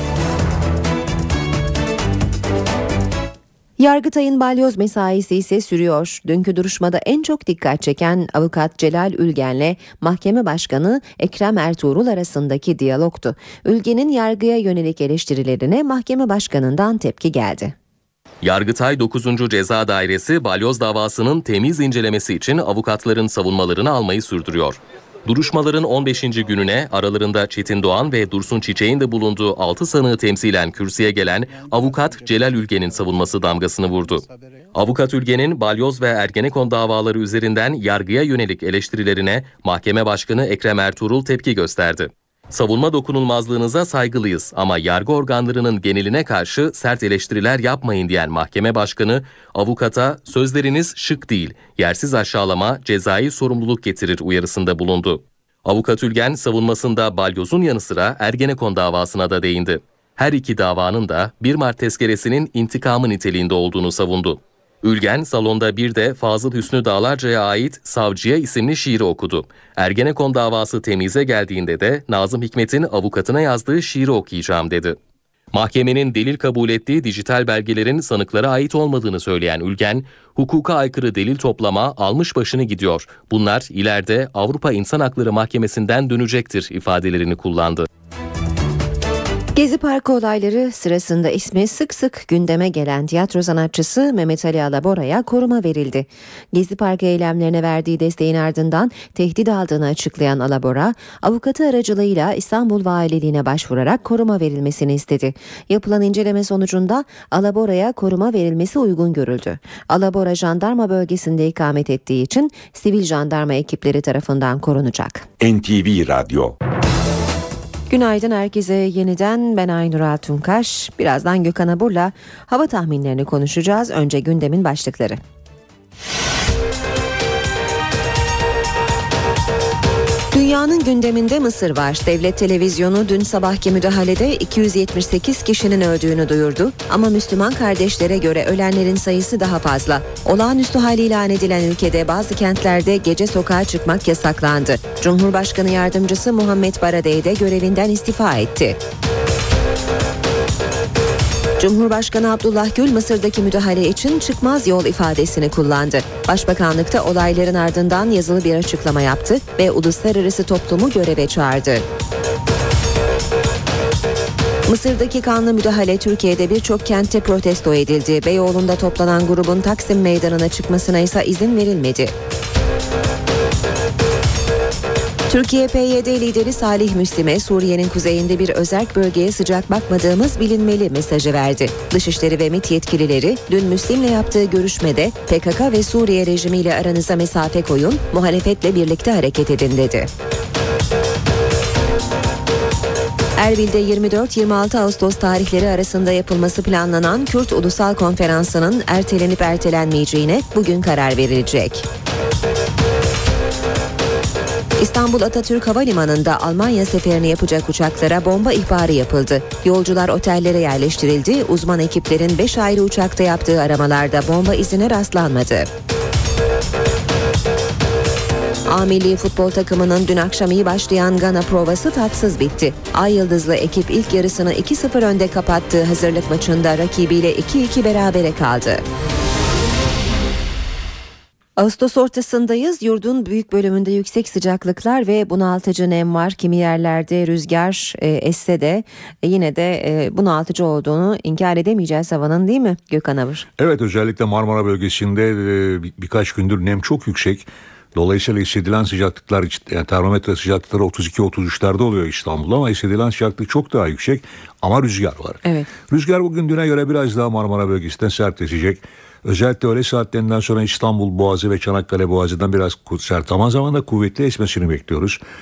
Yargıtay'ın balyoz mesaisi ise sürüyor. Dünkü duruşmada en çok dikkat çeken avukat Celal Ülgen'le mahkeme başkanı Ekrem Ertuğrul arasındaki diyalogtu. Ülgen'in yargıya yönelik eleştirilerine mahkeme başkanından tepki geldi. Yargıtay dokuzuncu Ceza Dairesi balyoz davasının temiz incelemesi için avukatların savunmalarını almayı sürdürüyor. Duruşmaların on beşinci gününe aralarında Çetin Doğan ve Dursun Çiçek'in de bulunduğu altı sanığı temsilen kürsüye gelen avukat Celal Ülgen'in savunması damgasını vurdu. Avukat Ülgen'in balyoz ve Ergenekon davaları üzerinden yargıya yönelik eleştirilerine mahkeme başkanı Ekrem Ertuğrul tepki gösterdi. Savunma dokunulmazlığınıza saygılıyız ama yargı organlarının geneline karşı sert eleştiriler yapmayın diyen mahkeme başkanı, avukata sözleriniz şık değil, yersiz aşağılama cezai sorumluluk getirir uyarısında bulundu. Avukat Ülgen savunmasında balyozun yanı sıra Ergenekon davasına da değindi. Her iki davanın da bir Mart tezkeresinin intikamı niteliğinde olduğunu savundu. Ülgen salonda bir de Fazıl Hüsnü Dağlarca'ya ait Savcıya isimli şiiri okudu. Ergenekon davası temize geldiğinde de Nazım Hikmet'in avukatına yazdığı şiiri okuyacağım dedi. Mahkemenin delil kabul ettiği dijital belgelerin sanıklara ait olmadığını söyleyen Ülgen, hukuka aykırı delil toplama almış başını gidiyor. Bunlar ileride Avrupa İnsan Hakları Mahkemesi'nden dönecektir ifadelerini kullandı. Gezi Parkı olayları sırasında ismi sık sık gündeme gelen tiyatro sanatçısı Mehmet Ali Alabora'ya koruma verildi. Gezi Parkı eylemlerine verdiği desteğin ardından tehdit aldığını açıklayan Alabora, avukatı aracılığıyla İstanbul Valiliğine başvurarak koruma verilmesini istedi. Yapılan inceleme sonucunda Alabora'ya koruma verilmesi uygun görüldü. Alabora jandarma bölgesinde ikamet ettiği için sivil jandarma ekipleri tarafından korunacak. N T V Radyo. Günaydın herkese, yeniden ben Aynur Altunkaş. Birazdan Gökhan Abur'la hava tahminlerini konuşacağız. Önce gündemin başlıkları. Dünyanın gündeminde Mısır var. Devlet televizyonu dün sabahki müdahalede iki yüz yetmiş sekiz kişinin öldüğünü duyurdu. Ama Müslüman kardeşlere göre ölenlerin sayısı daha fazla. Olağanüstü hal ilan edilen ülkede bazı kentlerde gece sokağa çıkmak yasaklandı. Cumhurbaşkanı Yardımcısı Muhammed Baradey de görevinden istifa etti. Cumhurbaşkanı Abdullah Gül Mısır'daki müdahale için çıkmaz yol ifadesini kullandı. Başbakanlıkta olayların ardından yazılı bir açıklama yaptı ve uluslararası toplumu göreve çağırdı. Mısır'daki kanlı müdahale Türkiye'de birçok kentte protesto edildi. Beyoğlu'nda toplanan grubun Taksim Meydanı'na çıkmasına ise izin verilmedi. Türkiye P Y D lideri Salih Müslim'e Suriye'nin kuzeyinde bir özerk bölgeye sıcak bakmadığımız bilinmeli mesajı verdi. Dışişleri ve MİT yetkilileri dün Müslim'le yaptığı görüşmede P K K ve Suriye rejimiyle aranıza mesafe koyun, muhalefetle birlikte hareket edin dedi. Erbil'de yirmi dört yirmi altı Ağustos tarihleri arasında yapılması planlanan Kürt Ulusal Konferansı'nın ertelenip ertelenmeyeceğine bugün karar verilecek. İstanbul Atatürk Havalimanı'nda Almanya seferini yapacak uçaklara bomba ihbarı yapıldı. Yolcular otellere yerleştirildi. Uzman ekiplerin beş ayrı uçakta yaptığı aramalarda bomba izine rastlanmadı. A milli futbol takımının dün akşam iyi başlayan Gana provası tatsız bitti. Ay yıldızlı ekip ilk yarısını iki sıfır önde kapattığı hazırlık maçında rakibiyle iki iki berabere kaldı. Ağustos ortasındayız. Yurdun büyük bölümünde yüksek sıcaklıklar ve bunaltıcı nem var. Kimi yerlerde rüzgar e, esse de e, yine de e, bunaltıcı olduğunu inkar edemeyeceğiz havanın, değil mi Gökhan Avur? Evet, özellikle Marmara bölgesinde e, bir, birkaç gündür nem çok yüksek. Dolayısıyla hissedilen sıcaklıklar, yani termometre sıcaklıkları otuz iki otuz üçlerde oluyor İstanbul'da ama hissedilen sıcaklık çok daha yüksek ama rüzgar var. Evet. Rüzgar bugün düne göre biraz daha Marmara bölgesinden sertleşecek. Özellikle öğle saatlerinden sonra İstanbul Boğazı ve Çanakkale Boğazı'dan biraz sert ama zaman da kuvvetli esmesini bekliyoruz.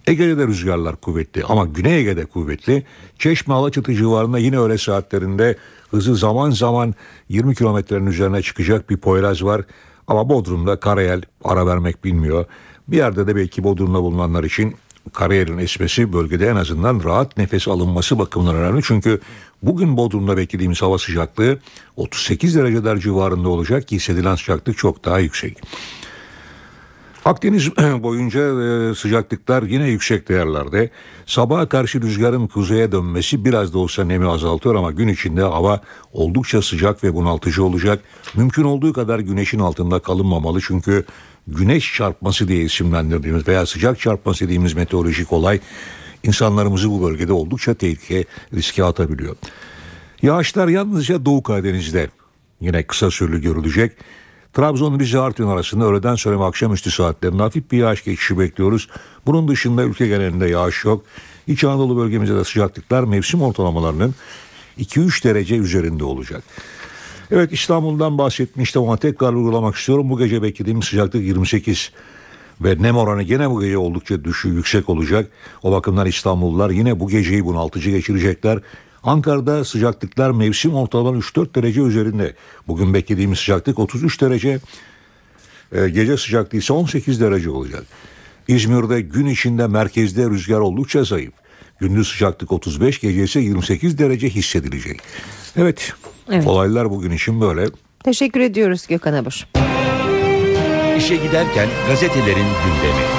Ege'de de rüzgarlar kuvvetli ama Güney Ege'de kuvvetli. Çeşme Alaçatı civarında yine öğle saatlerinde hızı zaman zaman yirmi kilometrenin üzerine çıkacak bir Poyraz var. Ama Bodrum'da Karayel ara vermek bilmiyor. Bir yerde de belki Bodrum'da bulunanlar için Karayel'in esmesi bölgede en azından rahat nefes alınması bakımından önemli. Çünkü bugün Bodrum'da beklediğimiz hava sıcaklığı otuz sekiz dereceler civarında olacak ki hissedilen sıcaklık çok daha yüksek. Akdeniz boyunca sıcaklıklar yine yüksek değerlerde. Sabaha karşı rüzgarın kuzeye dönmesi biraz da olsa nemi azaltıyor ama gün içinde hava oldukça sıcak ve bunaltıcı olacak. Mümkün olduğu kadar güneşin altında kalınmamalı çünkü güneş çarpması diye isimlendirdiğimiz veya sıcak çarpması dediğimiz meteorolojik olay insanlarımızı bu bölgede oldukça tehlike riske atabiliyor. Yağışlar yalnızca Doğu Karadeniz'de yine kısa süreli görülecek. Trabzon, Rize, Artvin arasında öğleden sonra ve akşamüstü saatlerinde hafif bir yağış geçişi bekliyoruz. Bunun dışında ülke genelinde yağış yok. İç Anadolu bölgemizde de sıcaklıklar mevsim ortalamalarının iki üç derece üzerinde olacak. Evet, İstanbul'dan bahsetmiştim ama tekrar vurgulamak istiyorum. Bu gece beklediğimiz sıcaklık yirmi sekiz ve nem oranı gene bu gece oldukça düşük, yüksek olacak. O bakımdan İstanbullular yine bu geceyi bunaltıcı geçirecekler. Ankara'da sıcaklıklar mevsim ortalama üç dört derece üzerinde. Bugün beklediğimiz sıcaklık otuz üç derece. E, gece sıcaklığı ise on sekiz derece olacak. İzmir'de gün içinde merkezde rüzgar oldukça zayıf. Gündüz sıcaklık otuz beş, gece ise yirmi sekiz derece hissedilecek. Evet, evet. Olaylar bugün için böyle. Teşekkür ediyoruz Gökhan Abur. İşe giderken gazetelerin gündemi.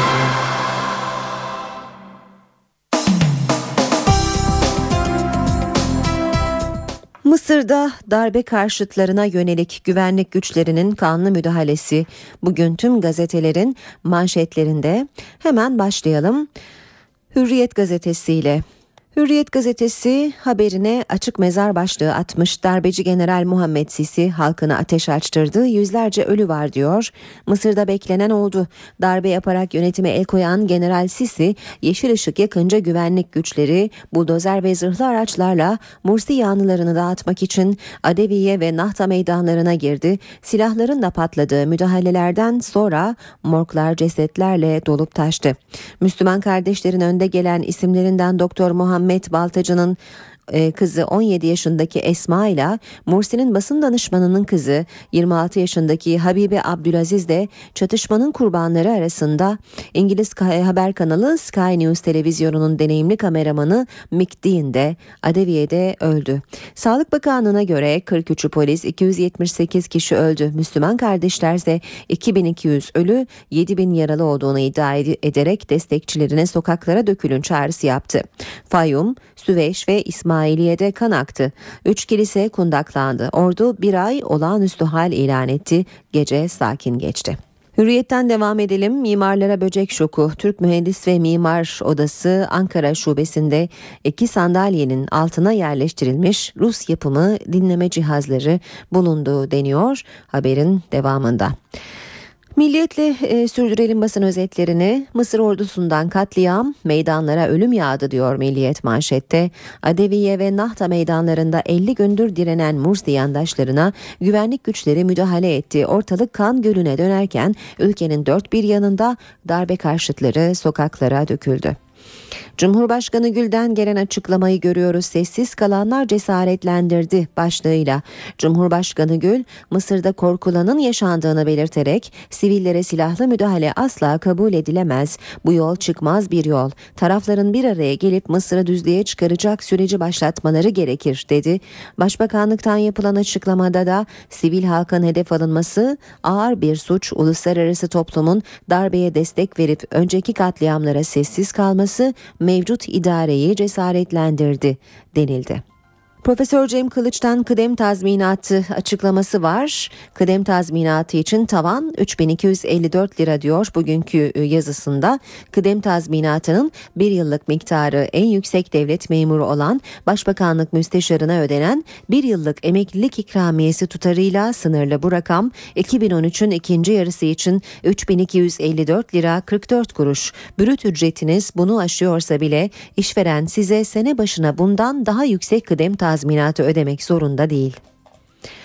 Mısır'da darbe karşıtlarına yönelik güvenlik güçlerinin kanlı müdahalesi bugün tüm gazetelerin manşetlerinde. Hemen başlayalım. Hürriyet gazetesiyle. Hürriyet gazetesi haberine açık mezar başlığı atmış. Darbeci General Muhammed Sisi halkına ateş açtırdı. Yüzlerce ölü var diyor. Mısır'da beklenen oldu. Darbe yaparak yönetime el koyan General Sisi yeşil ışık yakınca güvenlik güçleri buldozer ve zırhlı araçlarla Mursi yanlılarını dağıtmak için Adeviye ve Nahta meydanlarına girdi. Silahların da patladığı müdahalelerden sonra morglar cesetlerle dolup taştı. Müslüman kardeşlerin önde gelen isimlerinden Doktor Muhammed Ahmet Baltacı'nın kızı on yedi yaşındaki Esma ile Mursi'nin basın danışmanının kızı yirmi altı yaşındaki Habibe Abdülaziz de çatışmanın kurbanları arasında. İngiliz haber kanalı Sky News televizyonunun deneyimli kameramanı Mick Dean de Adeviye'de öldü. Sağlık Bakanlığı'na göre kırk üçü polis, iki yüz yetmiş sekiz kişi öldü. Müslüman kardeşler ise iki bin iki yüz ölü, yedi bin yaralı olduğunu iddia ederek destekçilerine sokaklara dökülün çağrısı yaptı. Fayyum, Süveyş ve İsmail İsmailiye'de kan aktı. Üç kilise kundaklandı. Ordu bir ay olağanüstü hal ilan etti. Gece sakin geçti. Hürriyet'ten devam edelim. Mimarlara böcek şoku. Türk Mühendis ve Mimar Odası Ankara Şubesi'nde iki sandalyenin altına yerleştirilmiş Rus yapımı dinleme cihazları bulunduğu deniyor haberin devamında. Milliyetle e, sürdürelim basın özetlerini. Mısır ordusundan katliam, meydanlara ölüm yağdı diyor Milliyet manşette. Adeviye ve Nahta meydanlarında elli gündür direnen Mursi yandaşlarına güvenlik güçleri müdahale etti. Ortalık kan gölüne dönerken ülkenin dört bir yanında darbe karşıtları sokaklara döküldü. Cumhurbaşkanı Gül'den gelen açıklamayı görüyoruz. Sessiz kalanlar cesaretlendirdi başlığıyla. Cumhurbaşkanı Gül, Mısır'da korkulanın yaşandığını belirterek sivillere silahlı müdahale asla kabul edilemez. Bu yol çıkmaz bir yol. Tarafların bir araya gelip Mısır'ı düzlüğe çıkaracak süreci başlatmaları gerekir dedi. Başbakanlıktan yapılan açıklamada da sivil halkın hedef alınması ağır bir suç. Uluslararası toplumun darbeye destek verip önceki katliamlara sessiz kalması mevcut idareyi cesaretlendirdi denildi. Profesör Cem Kılıç'tan kıdem tazminatı açıklaması var. Kıdem tazminatı için tavan üç bin iki yüz elli dört lira diyor bugünkü yazısında. Kıdem tazminatının bir yıllık miktarı en yüksek devlet memuru olan Başbakanlık Müsteşarına ödenen bir yıllık emeklilik ikramiyesi tutarıyla sınırlı. Bu rakam iki bin on üçün ikinci yarısı için üç bin iki yüz elli dört lira kırk dört kuruş. Brüt ücretiniz bunu aşıyorsa bile işveren size sene başına bundan daha yüksek kıdem tazminatı tazminatı ödemek zorunda değil.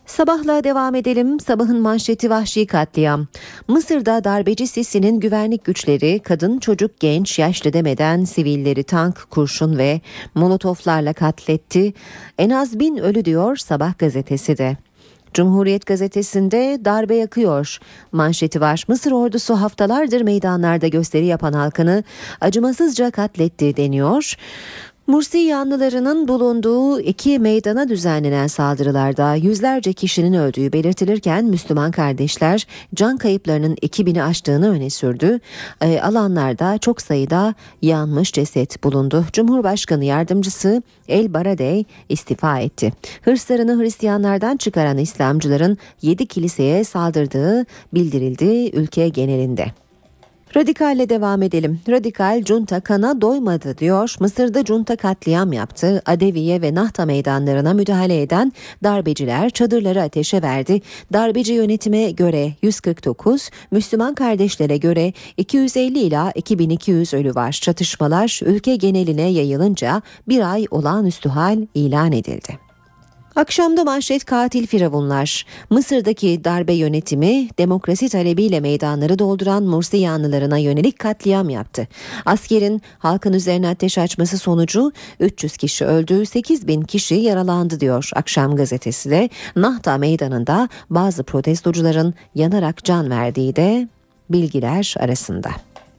Sabahla devam edelim. Sabahın manşeti vahşi katliam. Mısır'da darbeci Sisi'nin güvenlik güçleri kadın, çocuk, genç, yaşlı demeden sivilleri tank, kurşun ve molotoflarla katletti. En az bin ölü diyor Sabah gazetesi de. Cumhuriyet gazetesinde darbe yakıyor manşeti var. Mısır ordusu haftalardır meydanlarda gösteri yapan halkını acımasızca katletti deniyor. Mursi yanlılarının bulunduğu iki meydana düzenlenen saldırılarda yüzlerce kişinin öldüğü belirtilirken Müslüman kardeşler can kayıplarının iki bini aştığını öne sürdü. E, alanlarda çok sayıda yanmış ceset bulundu. Cumhurbaşkanı yardımcısı El Baradei istifa etti. Hırslarını Hristiyanlardan çıkaran İslamcıların yedi kiliseye saldırdığı bildirildi ülke genelinde. Radikalle devam edelim. Radikal junta kana doymadı diyor. Mısır'da junta katliam yaptı. Adeviye ve Nahta meydanlarına müdahale eden darbeciler çadırları ateşe verdi. Darbeci yönetime göre yüz kırk dokuz, Müslüman kardeşlere göre iki yüz elli ila iki bin iki yüz ölü var. Çatışmalar ülke geneline yayılınca bir ay olağanüstü hal ilan edildi. Akşamda manşet katil firavunlar. Mısır'daki darbe yönetimi demokrasi talebiyle meydanları dolduran Mursi yanlılarına yönelik katliam yaptı. Askerin halkın üzerine ateş açması sonucu üç yüz kişi öldü, sekiz bin kişi yaralandı diyor Akşam gazetesi de. Nahta meydanında bazı protestocuların yanarak can verdiği de bilgiler arasında.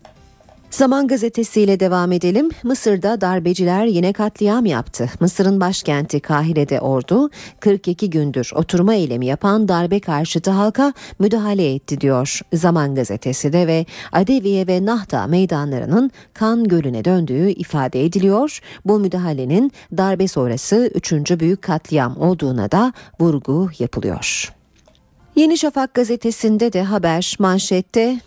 Zaman gazetesiyle devam edelim. Mısır'da darbeciler yine katliam yaptı. Mısır'ın başkenti Kahire'de ordu kırk iki gündür oturma eylemi yapan darbe karşıtı halka müdahale etti diyor Zaman gazetesi de ve Adeviye ve Nahta meydanlarının kan gölüne döndüğü ifade ediliyor. Bu müdahalenin darbe sonrası üçüncü büyük katliam olduğuna da vurgu yapılıyor. Yeni Şafak gazetesinde de haber manşette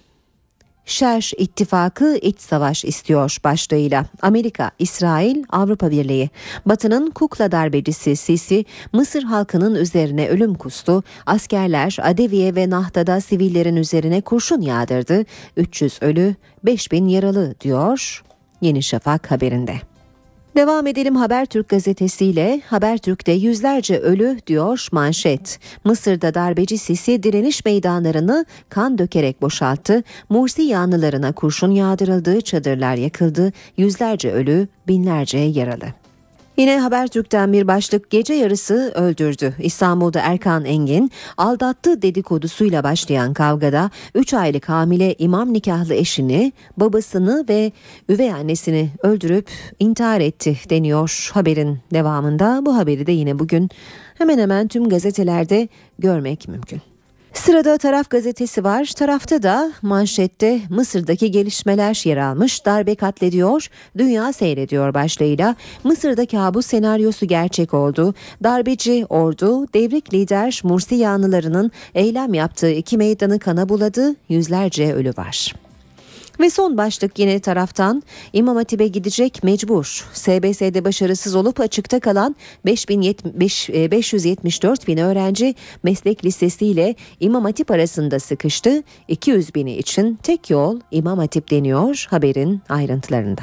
Şerş İttifakı iç savaş istiyor başlığıyla. Amerika, İsrail, Avrupa Birliği. Batı'nın kukla darbecisi Sisi, Mısır halkının üzerine ölüm kustu. Askerler Adeviye ve Nahta'da sivillerin üzerine kurşun yağdırdı. üç yüz ölü, beş bin yaralı diyor Yeni Şafak haberinde. Devam edelim Habertürk gazetesiyle. Habertürk'te yüzlerce ölü diyor manşet. Mısır'da darbeci Sisi direniş meydanlarını kan dökerek boşalttı. Mursi yanlılarına kurşun yağdırıldı, çadırlar yakıldı. Yüzlerce ölü, binlerce yaralı. Yine Habertürk'ten bir başlık gece yarısı öldürdü. İstanbul'da Erkan Engin aldattı dedikodusuyla başlayan kavgada üç aylık hamile imam nikahlı eşini, babasını ve üvey annesini öldürüp intihar etti deniyor haberin devamında. Bu haberi de yine bugün hemen hemen tüm gazetelerde görmek mümkün. Sırada Taraf gazetesi var. Tarafta da manşette Mısır'daki gelişmeler yer almış. Darbe katlediyor, dünya seyrediyor başlığıyla. Mısır'da kabus senaryosu gerçek oldu. Darbeci ordu, devrik lider Mursi yanlılarının eylem yaptığı iki meydanı kana buladı. Yüzlerce ölü var. Ve son başlık yine taraftan İmam Hatip'e gidecek mecbur. S B S'de başarısız olup açıkta kalan beş yüz yetmiş dört bin öğrenci meslek lisesiyle İmam Hatip arasında sıkıştı. iki yüz bini için tek yol İmam Hatip deniyor haberin ayrıntılarında.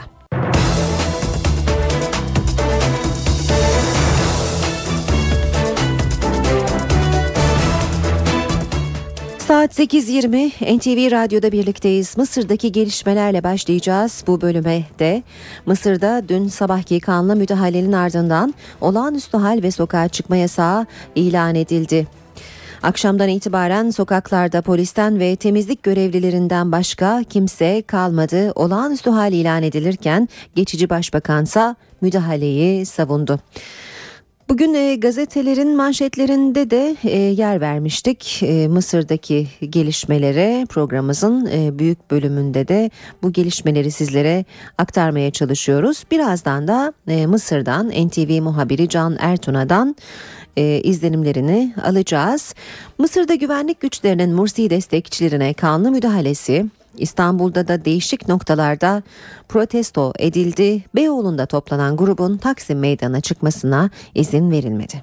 Saat sekiz yirmi N T V Radyo'da birlikteyiz. Mısır'daki gelişmelerle başlayacağız bu bölüme de. Mısır'da dün sabahki kanlı müdahalenin ardından olağanüstü hal ve sokağa çıkma yasağı ilan edildi. Akşamdan itibaren sokaklarda polisten ve temizlik görevlilerinden başka kimse kalmadı. Olağanüstü hal ilan edilirken geçici başbakansa müdahaleyi savundu. Bugün e, gazetelerin manşetlerinde de e, yer vermiştik e, Mısır'daki gelişmelere. Programımızın e, büyük bölümünde de bu gelişmeleri sizlere aktarmaya çalışıyoruz. Birazdan da e, Mısır'dan N T V muhabiri Can Ertuna'dan e, izlenimlerini alacağız. Mısır'da güvenlik güçlerinin Mursi destekçilerine kanlı müdahalesi, İstanbul'da da değişik noktalarda protesto edildi. Beyoğlu'nda toplanan grubun Taksim Meydanı'na çıkmasına izin verilmedi.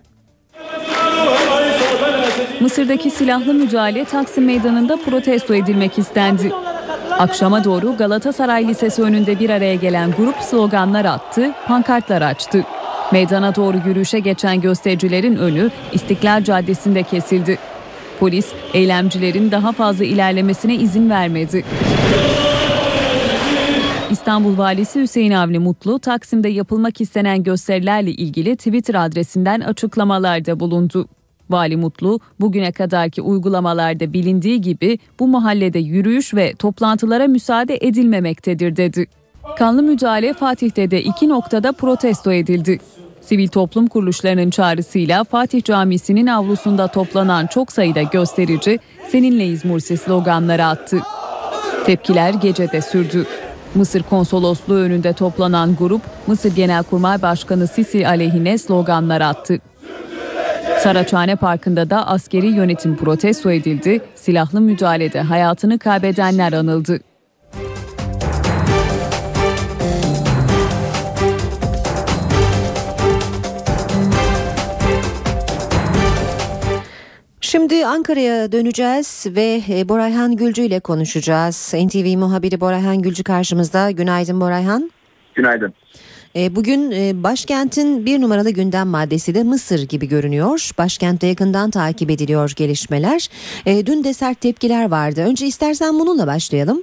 Mısır'daki silahlı müdahale Taksim Meydanı'nda protesto edilmek istendi. Akşama doğru Galatasaray Lisesi önünde bir araya gelen grup sloganlar attı, pankartlar açtı. Meydana doğru yürüyüşe geçen göstericilerin önü İstiklal Caddesi'nde kesildi. Polis, eylemcilerin daha fazla ilerlemesine izin vermedi. İstanbul Valisi Hüseyin Avni Mutlu, Taksim'de yapılmak istenen gösterilerle ilgili Twitter adresinden açıklamalarda bulundu. Vali Mutlu, bugüne kadarki uygulamalarda bilindiği gibi bu mahallede yürüyüş ve toplantılara müsaade edilmemektedir dedi. Kanlı müdahale Fatih'te de iki noktada protesto edildi. Sivil toplum kuruluşlarının çağrısıyla Fatih Camisi'nin avlusunda toplanan çok sayıda gösterici "Seninleyiz Mursi" sloganları attı. Tepkiler gecede sürdü. Mısır Konsolosluğu önünde toplanan grup Mısır Genelkurmay Başkanı Sisi aleyhine sloganlar attı. Saraçhane Parkı'nda da askeri yönetim protesto edildi, silahlı müdahalede hayatını kaybedenler anıldı. Şimdi Ankara'ya döneceğiz ve Borayhan Gülcü ile konuşacağız. N T V muhabiri Borayhan Gülcü karşımızda. Günaydın Borayhan. Günaydın. Bugün başkentin bir numaralı gündem maddesi de Mısır gibi görünüyor. Başkentte yakından takip ediliyor gelişmeler. Dün de sert tepkiler vardı. Önce istersen bununla başlayalım.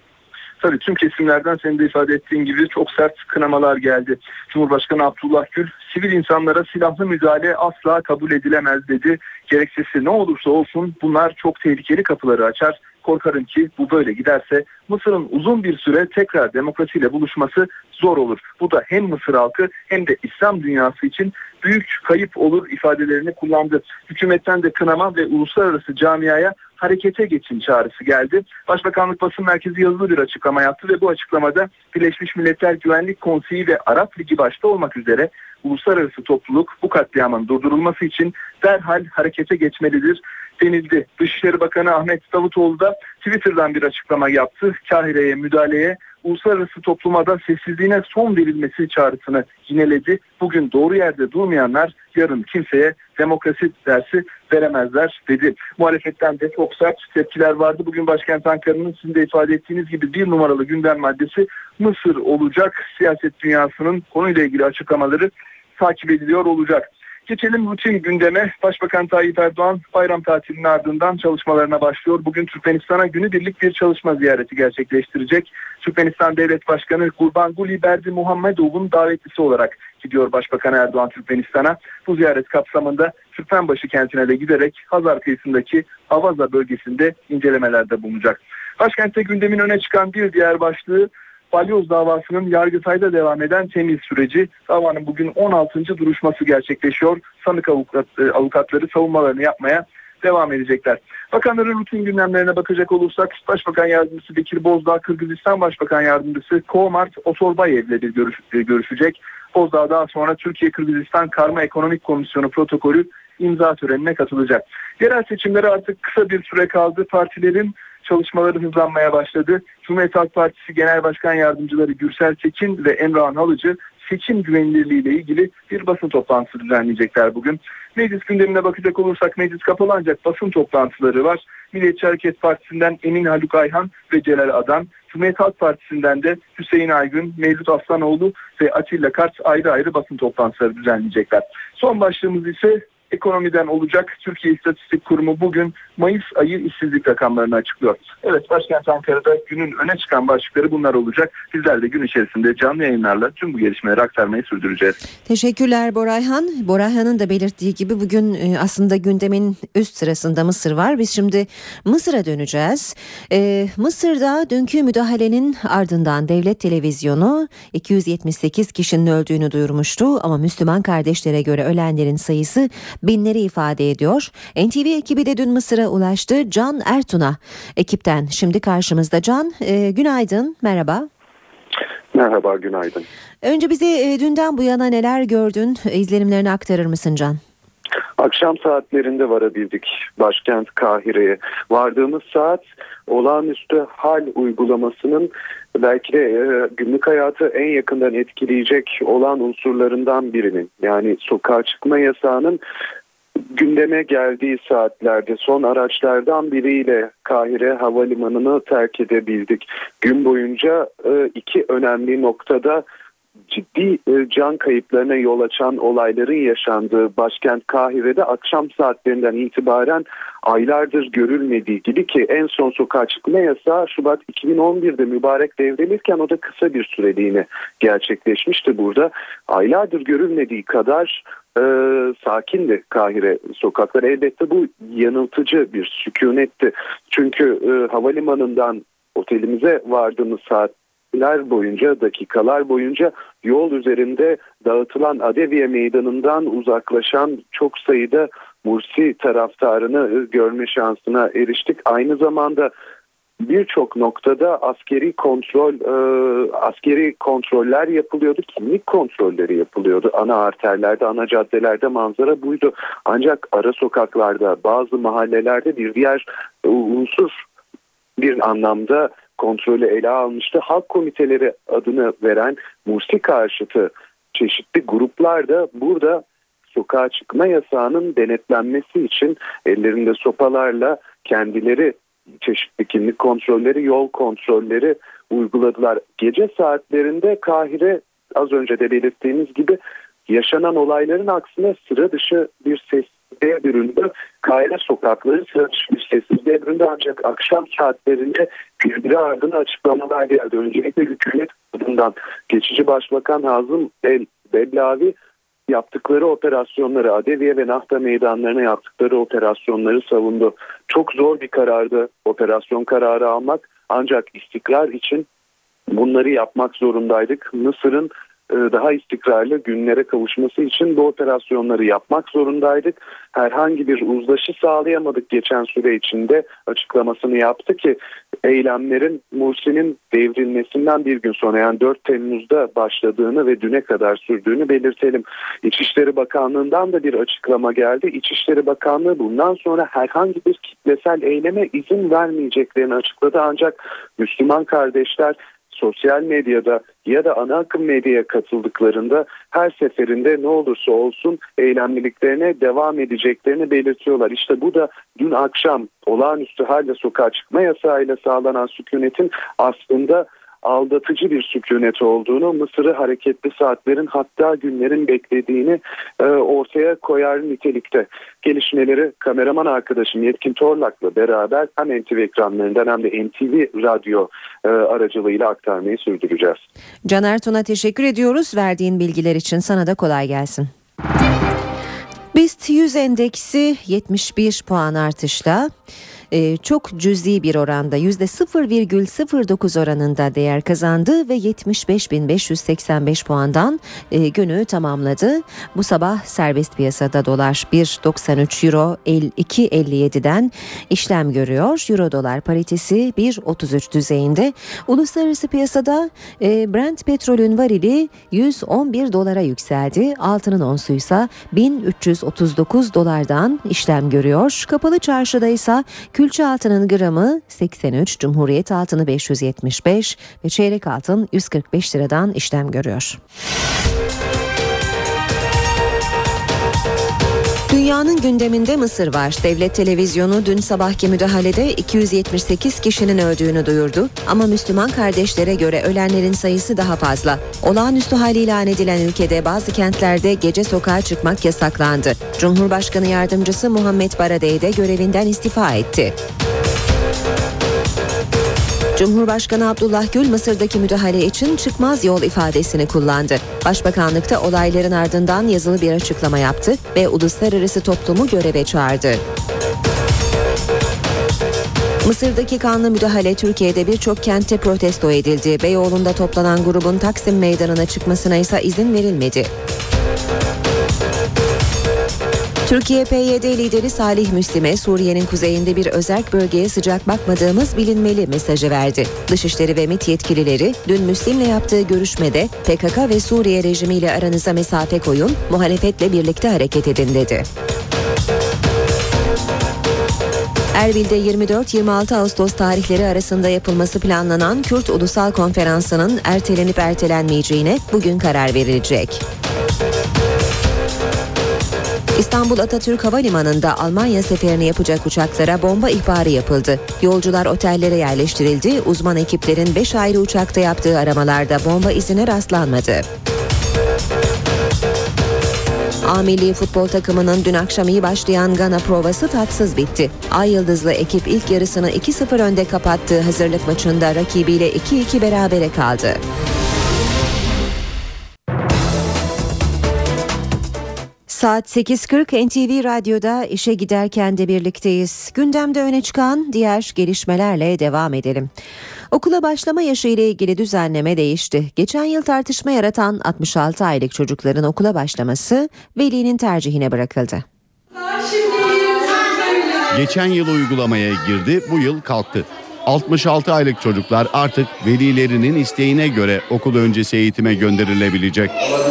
Tabii tüm kesimlerden senin de ifade ettiğin gibi çok sert kınamalar geldi. Cumhurbaşkanı Abdullah Gül, sivil insanlara silahlı müdahale asla kabul edilemez dedi. Gerekçesi ne olursa olsun bunlar çok tehlikeli kapıları açar. Korkarım ki bu böyle giderse Mısır'ın uzun bir süre tekrar demokrasiyle buluşması zor olur. Bu da hem Mısır halkı hem de İslam dünyası için büyük kayıp olur ifadelerini kullandı. Hükümetten de kınama ve uluslararası camiaya harekete geçin çağrısı geldi. Başbakanlık Basın Merkezi yazılı bir açıklama yaptı ve bu açıklamada Birleşmiş Milletler Güvenlik Konseyi ve Arap Ligi başta olmak üzere uluslararası topluluk bu katliamın durdurulması için derhal harekete geçmelidir denildi. Dışişleri Bakanı Ahmet Davutoğlu da Twitter'dan bir açıklama yaptı. Kahire'ye müdahaleye, uluslararası topluma da sessizliğine son verilmesi çağrısını yineledi. Bugün doğru yerde durmayanlar yarın kimseye demokrasi dersi veremezler dedi. Muhalefetten de çok sert tepkiler vardı. Bugün başkent Ankara'nın sizin de ifade ettiğiniz gibi bir numaralı gündem maddesi Mısır olacak. Siyaset dünyasının konuyla ilgili açıklamaları takip ediliyor olacak. Geçelim rutin gündeme. Başbakan Tayyip Erdoğan bayram tatilinin ardından çalışmalarına başlıyor. Bugün Türkmenistan'a günübirlik bir çalışma ziyareti gerçekleştirecek. Türkmenistan Devlet Başkanı Gurbanguly Berdimuhamedov'un davetlisi olarak gidiyor Başbakan Erdoğan Türkmenistan'a. Bu ziyaret kapsamında Türkmenbaşı kentine de giderek Hazar kıyısındaki Avaza bölgesinde incelemelerde bulunacak. Başkentte gündemin öne çıkan bir diğer başlığı Balyoz davasının Yargıtay'da devam eden temiz süreci. Davanın bugün on altıncı duruşması gerçekleşiyor. Sanık avukat, avukatları savunmalarını yapmaya devam edecekler. Bakanların rutin gündemlerine bakacak olursak Başbakan Yardımcısı Bekir Bozdağ, Kırgızistan Başbakan Yardımcısı Komart Otorbayev ile bir görüş, görüşecek. Bozdağ daha sonra Türkiye-Kırgızistan Karma Ekonomik Komisyonu protokolü imza törenine katılacak. Yerel seçimlere artık kısa bir süre kaldı. Partilerin çalışmaları hızlanmaya başladı. Cumhuriyet Halk Partisi Genel Başkan Yardımcıları Gürsel Tekin ve Emrah Halıcı seçim güvenilirliği ile ilgili bir basın toplantısı düzenleyecekler bugün. Meclis gündemine bakacak olursak meclis kapalı ancak basın toplantıları var. Milliyetçi Hareket Partisi'nden Emin Haluk Ayhan ve Celal Adan, Cumhuriyet Halk Partisi'nden de Hüseyin Aygün, Mevlüt Aslanoğlu ve Atilla Kart ayrı ayrı basın toplantıları düzenleyecekler. Son başlığımız ise ekonomiden olacak. Türkiye İstatistik Kurumu bugün Mayıs ayı işsizlik rakamlarını açıklıyor. Evet, başkent Ankara'da günün öne çıkan başlıkları bunlar olacak. Bizler de gün içerisinde canlı yayınlarla tüm bu gelişmeleri aktarmayı sürdüreceğiz. Teşekkürler Borayhan. Borayhan'ın da belirttiği gibi bugün aslında gündemin üst sırasında Mısır var. Biz şimdi Mısır'a döneceğiz. Ee, Mısır'da dünkü müdahalenin ardından devlet televizyonu iki yüz yetmiş sekiz kişinin öldüğünü duyurmuştu. Ama Müslüman kardeşlere göre ölenlerin sayısı binleri ifade ediyor. N T V ekibi de dün Mısır'a ulaştı. Can Ertun'a ekipten şimdi karşımızda. Can, e, günaydın, merhaba. Merhaba, günaydın. Önce bize e, dünden bu yana neler gördün? İzlenimlerini aktarır mısın Can? Akşam saatlerinde varabildik başkent Kahire'ye. Vardığımız saat olağanüstü hal uygulamasının belki de e, günlük hayatı en yakından etkileyecek olan unsurlarından birinin, yani sokağa çıkma yasağının gündeme geldiği saatlerde son araçlardan biriyle Kahire Havalimanı'nı terk edebildik. Gün boyunca e, iki önemli noktada ciddi e, can kayıplarına yol açan olayların yaşandığı başkent Kahire'de akşam saatlerinden itibaren aylardır görülmediği gibi, ki en son sokağa çıkma yasağı Şubat iki bin on birde mübarek devrilirken o da kısa bir süreliğine gerçekleşmişti burada. Aylardır görülmediği kadar e, sakindi Kahire sokakları. Elbette bu yanıltıcı bir sükunetti. Çünkü e, havalimanından otelimize vardığımız saatler boyunca, dakikalar boyunca yol üzerinde dağıtılan Adeviye Meydanı'ndan uzaklaşan çok sayıda Mursi taraftarını görme şansına eriştik. Aynı zamanda birçok noktada askeri kontrol, e, askeri kontroller yapılıyordu, kimlik kontrolleri yapılıyordu. Ana arterlerde, ana caddelerde manzara buydu. Ancak ara sokaklarda, bazı mahallelerde bir diğer e, unsur bir anlamda kontrolü ele almıştı. Halk komiteleri adını veren Mursi karşıtı çeşitli gruplar da burada sokağa çıkma yasağının denetlenmesi için ellerinde sopalarla kendileri çeşitli kimlik kontrolleri, yol kontrolleri uyguladılar. Gece saatlerinde Kahire, az önce de belirttiğimiz gibi, yaşanan olayların aksine sıra dışı bir sessizliğe büründü. Kahire sokakları sıra dışı bir sessizliğe büründü, ancak akşam saatlerinde birbiri ardına açıklamalar geldi. Öncelikle hükümet adından geçici başbakan Hazım El Bellavi yaptıkları operasyonları, Adeviye ve Nahta meydanlarına yaptıkları operasyonları savundu. Çok zor bir karardı operasyon kararı almak, ancak istikrar için bunları yapmak zorundaydık. Mısır'ın daha istikrarlı günlere kavuşması için bu operasyonları yapmak zorundaydık. Herhangi bir uzlaşı sağlayamadık geçen süre içinde, açıklamasını yaptı ki eylemlerin Mursi'nin devrilmesinden bir gün sonra, yani dört Temmuz'da başladığını ve düne kadar sürdüğünü belirtelim. İçişleri Bakanlığı'ndan da bir açıklama geldi. İçişleri Bakanlığı bundan sonra herhangi bir kitlesel eyleme izin vermeyeceklerini açıkladı. Ancak Müslüman kardeşler sosyal medyada ya da ana akım medyaya katıldıklarında her seferinde ne olursa olsun eylemliliklerine devam edeceklerini belirtiyorlar. İşte bu da dün akşam olağanüstü halde sokağa çıkma yasağıyla sağlanan sükunetin aslında aldatıcı bir sükunet olduğunu, Mısır'ı hareketli saatlerin, hatta günlerin beklediğini e, ortaya koyar nitelikte. Gelişmeleri kameraman arkadaşım Yetkin Torlak'la beraber hem N T V ekranlarından hem de N T V Radyo e, aracılığıyla aktarmayı sürdüreceğiz. Caner Tun'a teşekkür ediyoruz verdiğin bilgiler için. Sana da kolay gelsin. BIST yüz endeksi yetmiş bir puan artışla Ee, çok cüzi bir oranda yüzde sıfır virgül sıfır dokuz oranında değer kazandı ve yetmiş beş bin beş yüz seksen beş puandan e, günü tamamladı. Bu sabah serbest piyasada dolar bir virgül doksan üç, euro iki virgül elli yedi'den işlem görüyor. Euro dolar paritesi bir virgül otuz üç düzeyinde. Uluslararası piyasada e, Brent petrolün varili yüz on bir dolara yükseldi. Altının onsu ise bin üç yüz otuz dokuz dolardan işlem görüyor. Kapalı çarşıda ise külçe altının gramı seksen üç, Cumhuriyet altını beş yüz yetmiş beş ve çeyrek altın yüz kırk beş liradan işlem görüyor. Dünyanın gündeminde Mısır var. Devlet televizyonu dün sabahki müdahalede iki yüz yetmiş sekiz kişinin öldüğünü duyurdu. Ama Müslüman kardeşlere göre ölenlerin sayısı daha fazla. Olağanüstü hal ilan edilen ülkede bazı kentlerde gece sokağa çıkmak yasaklandı. Cumhurbaşkanı yardımcısı Muhammed Baradey de görevinden istifa etti. Cumhurbaşkanı Abdullah Gül Mısır'daki müdahale için çıkmaz yol ifadesini kullandı. Başbakanlıkta olayların ardından yazılı bir açıklama yaptı ve uluslararası toplumu göreve çağırdı. Mısır'daki kanlı müdahale Türkiye'de birçok kentte protesto edildi. Beyoğlu'nda toplanan grubun Taksim Meydanı'na çıkmasına ise izin verilmedi. Türkiye P Y D lideri Salih Müslim'e Suriye'nin kuzeyinde bir özerk bölgeye sıcak bakmadığımız bilinmeli mesajı verdi. Dışişleri ve MİT yetkilileri dün Müslim'le yaptığı görüşmede P K K ve Suriye rejimiyle aranıza mesafe koyun, muhalefetle birlikte hareket edin dedi. Erbil'de yirmi dört yirmi altı Ağustos tarihleri arasında yapılması planlanan Kürt Ulusal Konferansı'nın ertelenip ertelenmeyeceğine bugün karar verilecek. İstanbul Atatürk Havalimanı'nda Almanya seferini yapacak uçaklara bomba ihbarı yapıldı. Yolcular otellere yerleştirildi. Uzman ekiplerin beş ayrı uçakta yaptığı aramalarda bomba izine rastlanmadı. A milli futbol takımının dün akşam iyi başlayan Gana provası tatsız bitti. Ay Yıldızlı ekip ilk yarısını iki sıfır önde kapattığı hazırlık maçında rakibiyle iki iki berabere kaldı. Saat sekiz kırk N T V Radyo'da işe giderken de birlikteyiz. Gündemde öne çıkan diğer gelişmelerle devam edelim. Okula başlama yaşı ile ilgili düzenleme değişti. Geçen yıl tartışma yaratan altmış altı aylık çocukların okula başlaması velinin tercihine bırakıldı. Geçen yıl uygulamaya girdi, bu yıl kalktı. altmış altı aylık çocuklar artık velilerinin isteğine göre okul öncesi eğitime gönderilebilecek.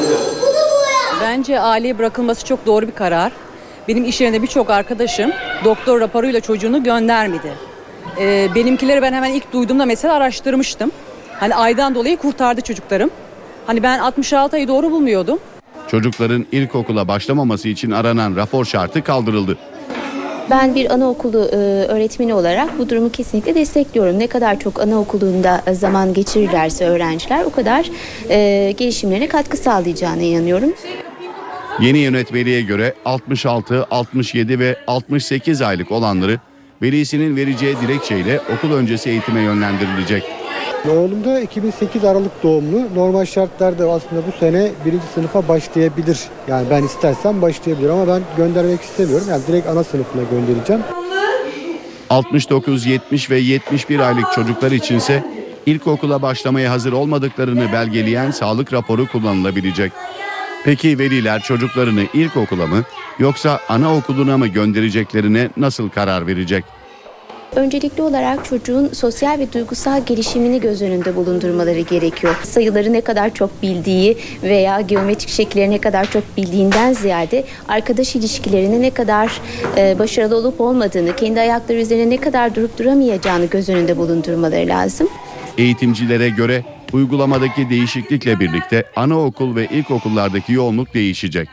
Bence aileye bırakılması çok doğru bir karar. Benim iş yerinde birçok arkadaşım doktor raporuyla çocuğunu göndermedi. Ee, benimkileri ben hemen ilk duyduğumda mesela araştırmıştım. Hani aydan dolayı kurtardı çocuklarım. Hani ben altmış altı ayı doğru bulmuyordum. Çocukların ilkokula başlamaması için aranan rapor şartı kaldırıldı. Ben bir anaokulu e, öğretmeni olarak bu durumu kesinlikle destekliyorum. Ne kadar çok anaokulunda zaman geçirirlerse öğrenciler o kadar e, gelişimlerine katkı sağlayacağına inanıyorum. Yeni yönetmeliğe göre altmış altı, altmış yedi ve altmış sekiz aylık olanları velisinin vereceği dilekçeyle okul öncesi eğitime yönlendirilecek. Oğlum da iki bin sekiz Aralık doğumlu. Normal şartlarda aslında bu sene birinci sınıfa başlayabilir. Yani ben istersem başlayabilir ama ben göndermek istemiyorum. Yani direkt ana sınıfına göndereceğim. altmış dokuz, yetmiş ve yetmiş bir aylık çocuklar içinse ilkokula başlamaya hazır olmadıklarını belgeleyen sağlık raporu kullanılabilecek. Peki veliler çocuklarını ilkokula mı yoksa anaokuluna mı göndereceklerine nasıl karar verecek? Öncelikli olarak çocuğun sosyal ve duygusal gelişimini göz önünde bulundurmaları gerekiyor. Sayıları ne kadar çok bildiği veya geometrik şekilleri ne kadar çok bildiğinden ziyade arkadaş ilişkilerine ne kadar e, başarılı olup olmadığını, kendi ayakları üzerine ne kadar durup duramayacağını göz önünde bulundurmaları lazım. Eğitimcilere göre uygulamadaki değişiklikle birlikte anaokul ve ilkokullardaki yoğunluk değişecek.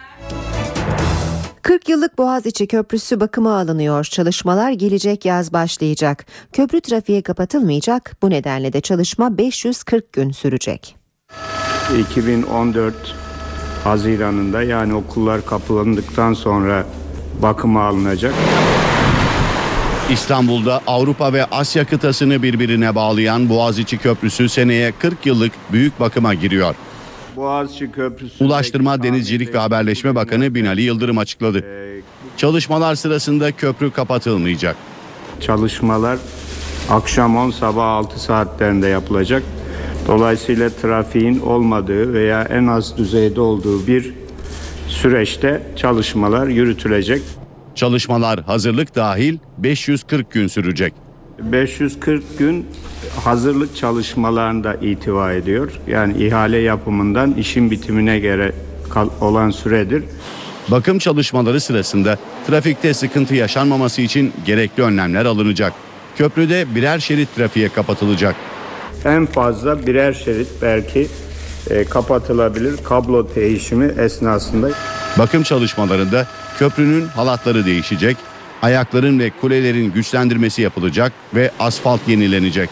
kırk yıllık Boğaziçi Köprüsü bakıma alınıyor. Çalışmalar gelecek yaz başlayacak. Köprü trafiğe kapatılmayacak. Bu nedenle de çalışma beş yüz kırk gün sürecek. iki bin on dört Haziran'ında yani okullar kapandıktan sonra bakıma alınacak. İstanbul'da Avrupa ve Asya kıtasını birbirine bağlayan Boğaziçi Köprüsü seneye kırk yıllık büyük bakıma giriyor. Boğaziçi Köprüsü Ulaştırma, Denizcilik ve Haberleşme Bakanı Binali Yıldırım açıkladı. Çalışmalar sırasında köprü kapatılmayacak. Çalışmalar akşam on sabah altı saatlerinde yapılacak. Dolayısıyla trafiğin olmadığı veya en az düzeyde olduğu bir süreçte çalışmalar yürütülecek. Çalışmalar hazırlık dahil beş yüz kırk gün sürecek. beş yüz kırk gün hazırlık çalışmalarında itiva ediyor. Yani ihale yapımından işin bitimine göre olan süredir. Bakım çalışmaları sırasında trafikte sıkıntı yaşanmaması için gerekli önlemler alınacak. Köprüde birer şerit trafiğe kapatılacak. En fazla birer şerit belki e, kapatılabilir kablo değişimi esnasında. Bakım çalışmalarında köprünün halatları değişecek, ayakların ve kulelerin güçlendirmesi yapılacak ve asfalt yenilenecek.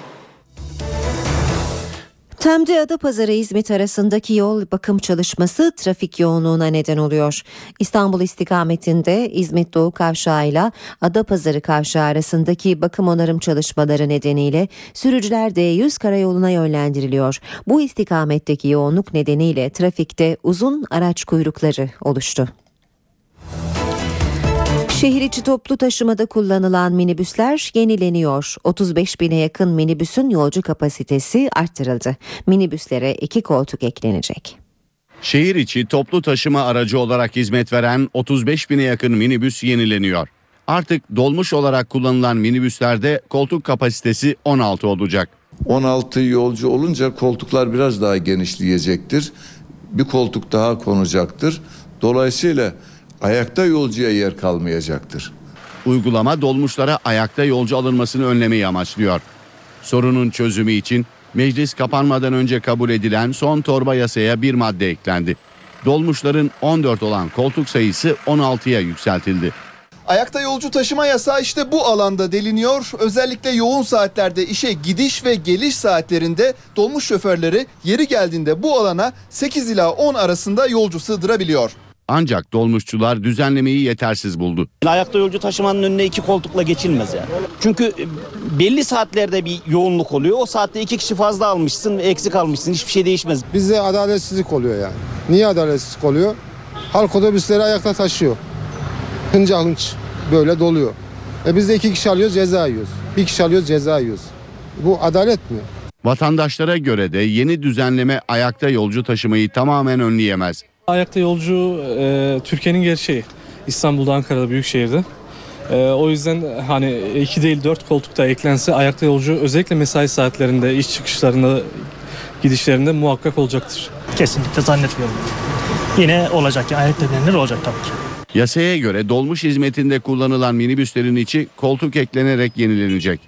Tem'de Adapazarı İzmit arasındaki yol bakım çalışması trafik yoğunluğuna neden oluyor. İstanbul istikametinde İzmit Doğu Kavşağı ile Adapazarı Kavşağı arasındaki bakım onarım çalışmaları nedeniyle sürücüler D yüz karayoluna yönlendiriliyor. Bu istikametteki yoğunluk nedeniyle trafikte uzun araç kuyrukları oluştu. Şehir içi toplu taşımada kullanılan minibüsler yenileniyor. otuz beş bine yakın minibüsün yolcu kapasitesi arttırıldı. Minibüslere iki koltuk eklenecek. Şehir içi toplu taşıma aracı olarak hizmet veren otuz beş bine yakın minibüs yenileniyor. Artık dolmuş olarak kullanılan minibüslerde koltuk kapasitesi on altı olacak. on altı yolcu olunca koltuklar biraz daha genişleyecektir. Bir koltuk daha konacaktır. Dolayısıyla ayakta yolcuya yer kalmayacaktır. Uygulama dolmuşlara ayakta yolcu alınmasını önlemeyi amaçlıyor. Sorunun çözümü için meclis kapanmadan önce kabul edilen son torba yasaya bir madde eklendi. Dolmuşların on dört olan koltuk sayısı on altıya yükseltildi. Ayakta yolcu taşıma yasağı işte bu alanda deliniyor. Özellikle yoğun saatlerde işe gidiş ve geliş saatlerinde dolmuş şoförleri yeri geldiğinde bu alana sekiz ila on arasında yolcu sığdırabiliyor. Ancak dolmuşçular düzenlemeyi yetersiz buldu. Ayakta yolcu taşımanın önüne iki koltukla geçilmez yani. Çünkü belli saatlerde bir yoğunluk oluyor. O saatte iki kişi fazla almışsın ve eksik almışsın. Hiçbir şey değişmez. Bizde adaletsizlik oluyor yani. Niye adaletsizlik oluyor? Halk otobüsleri ayakta taşıyor. Hınca hınç böyle doluyor. E biz de iki kişi alıyoruz, ceza yiyoruz. Bir kişi alıyoruz, ceza yiyoruz. Bu adalet mi? Vatandaşlara göre de yeni düzenleme ayakta yolcu taşımayı tamamen önleyemez. Ayakta yolcu e, Türkiye'nin gerçeği. İstanbul'da, Ankara'da, büyük şehirde. E, o yüzden hani iki değil dört koltukta eklense ayakta yolcu özellikle mesai saatlerinde, iş çıkışlarında, gidişlerinde muhakkak olacaktır. Kesinlikle zannetmiyorum. Yine olacak, yani ayakta dinlenir olacak tabii ki. Yasaya göre dolmuş hizmetinde kullanılan minibüslerin içi koltuk eklenerek yenilenecek.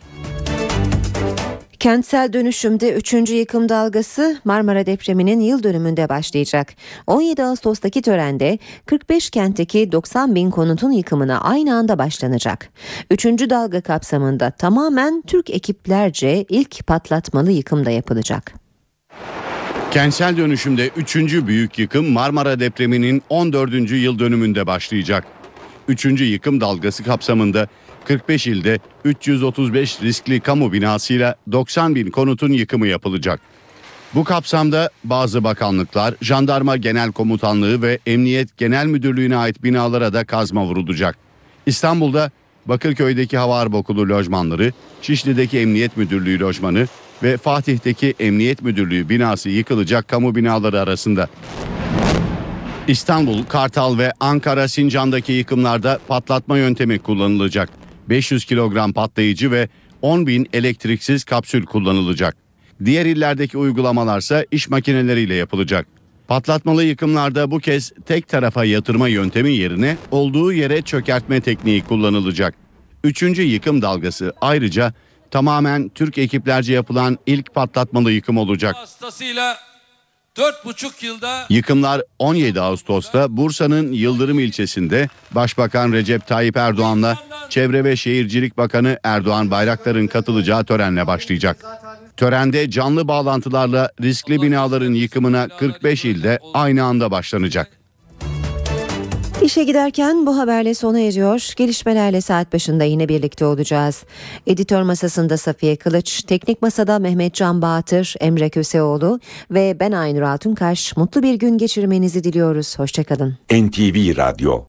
Kentsel dönüşümde üçüncü yıkım dalgası Marmara depreminin yıl dönümünde başlayacak. on yedi Ağustos'taki törende kırk beş kentteki doksan bin konutun yıkımına aynı anda başlanacak. Üçüncü dalga kapsamında tamamen Türk ekiplerce ilk patlatmalı yıkım da yapılacak. Kentsel dönüşümde üçüncü büyük yıkım Marmara depreminin on dördüncü yıl dönümünde başlayacak. Üçüncü yıkım dalgası kapsamında kırk beş ilde üç yüz otuz beş riskli kamu binasıyla doksan bin konutun yıkımı yapılacak. Bu kapsamda bazı bakanlıklar, Jandarma Genel Komutanlığı ve Emniyet Genel Müdürlüğü'ne ait binalara da kazma vurulacak. İstanbul'da Bakırköy'deki Hava Harp Okulu lojmanları, Şişli'deki Emniyet Müdürlüğü lojmanı ve Fatih'teki Emniyet Müdürlüğü binası yıkılacak kamu binaları arasında. İstanbul, Kartal ve Ankara Sincan'daki yıkımlarda patlatma yöntemi kullanılacak. beş yüz kilogram patlayıcı ve on bin elektriksiz kapsül kullanılacak. Diğer illerdeki uygulamalarsa iş makineleriyle yapılacak. Patlatmalı yıkımlarda bu kez tek tarafa yatırma yöntemi yerine olduğu yere çökertme tekniği kullanılacak. Üçüncü yıkım dalgası ayrıca tamamen Türk ekiplerce yapılan ilk patlatmalı yıkım olacak. Hastasıyla dört buçuk yılda Yıkımlar on yedi Ağustos'ta Bursa'nın Yıldırım ilçesinde Başbakan Recep Tayyip Erdoğan'la Çevre ve Şehircilik Bakanı Erdoğan Bayraktar'ın katılacağı törenle başlayacak. Törende canlı bağlantılarla riskli binaların yıkımına kırk beş ilde aynı anda başlanacak. İşe giderken bu haberle sona eriyor. Gelişmelerle saat başında yine birlikte olacağız. Editör masasında Safiye Kılıç, teknik masada Mehmet Can Bahtır, Emre Köseoğlu ve ben Aynur Altunkaş. Mutlu bir gün geçirmenizi diliyoruz. Hoşçakalın. N T V Radyo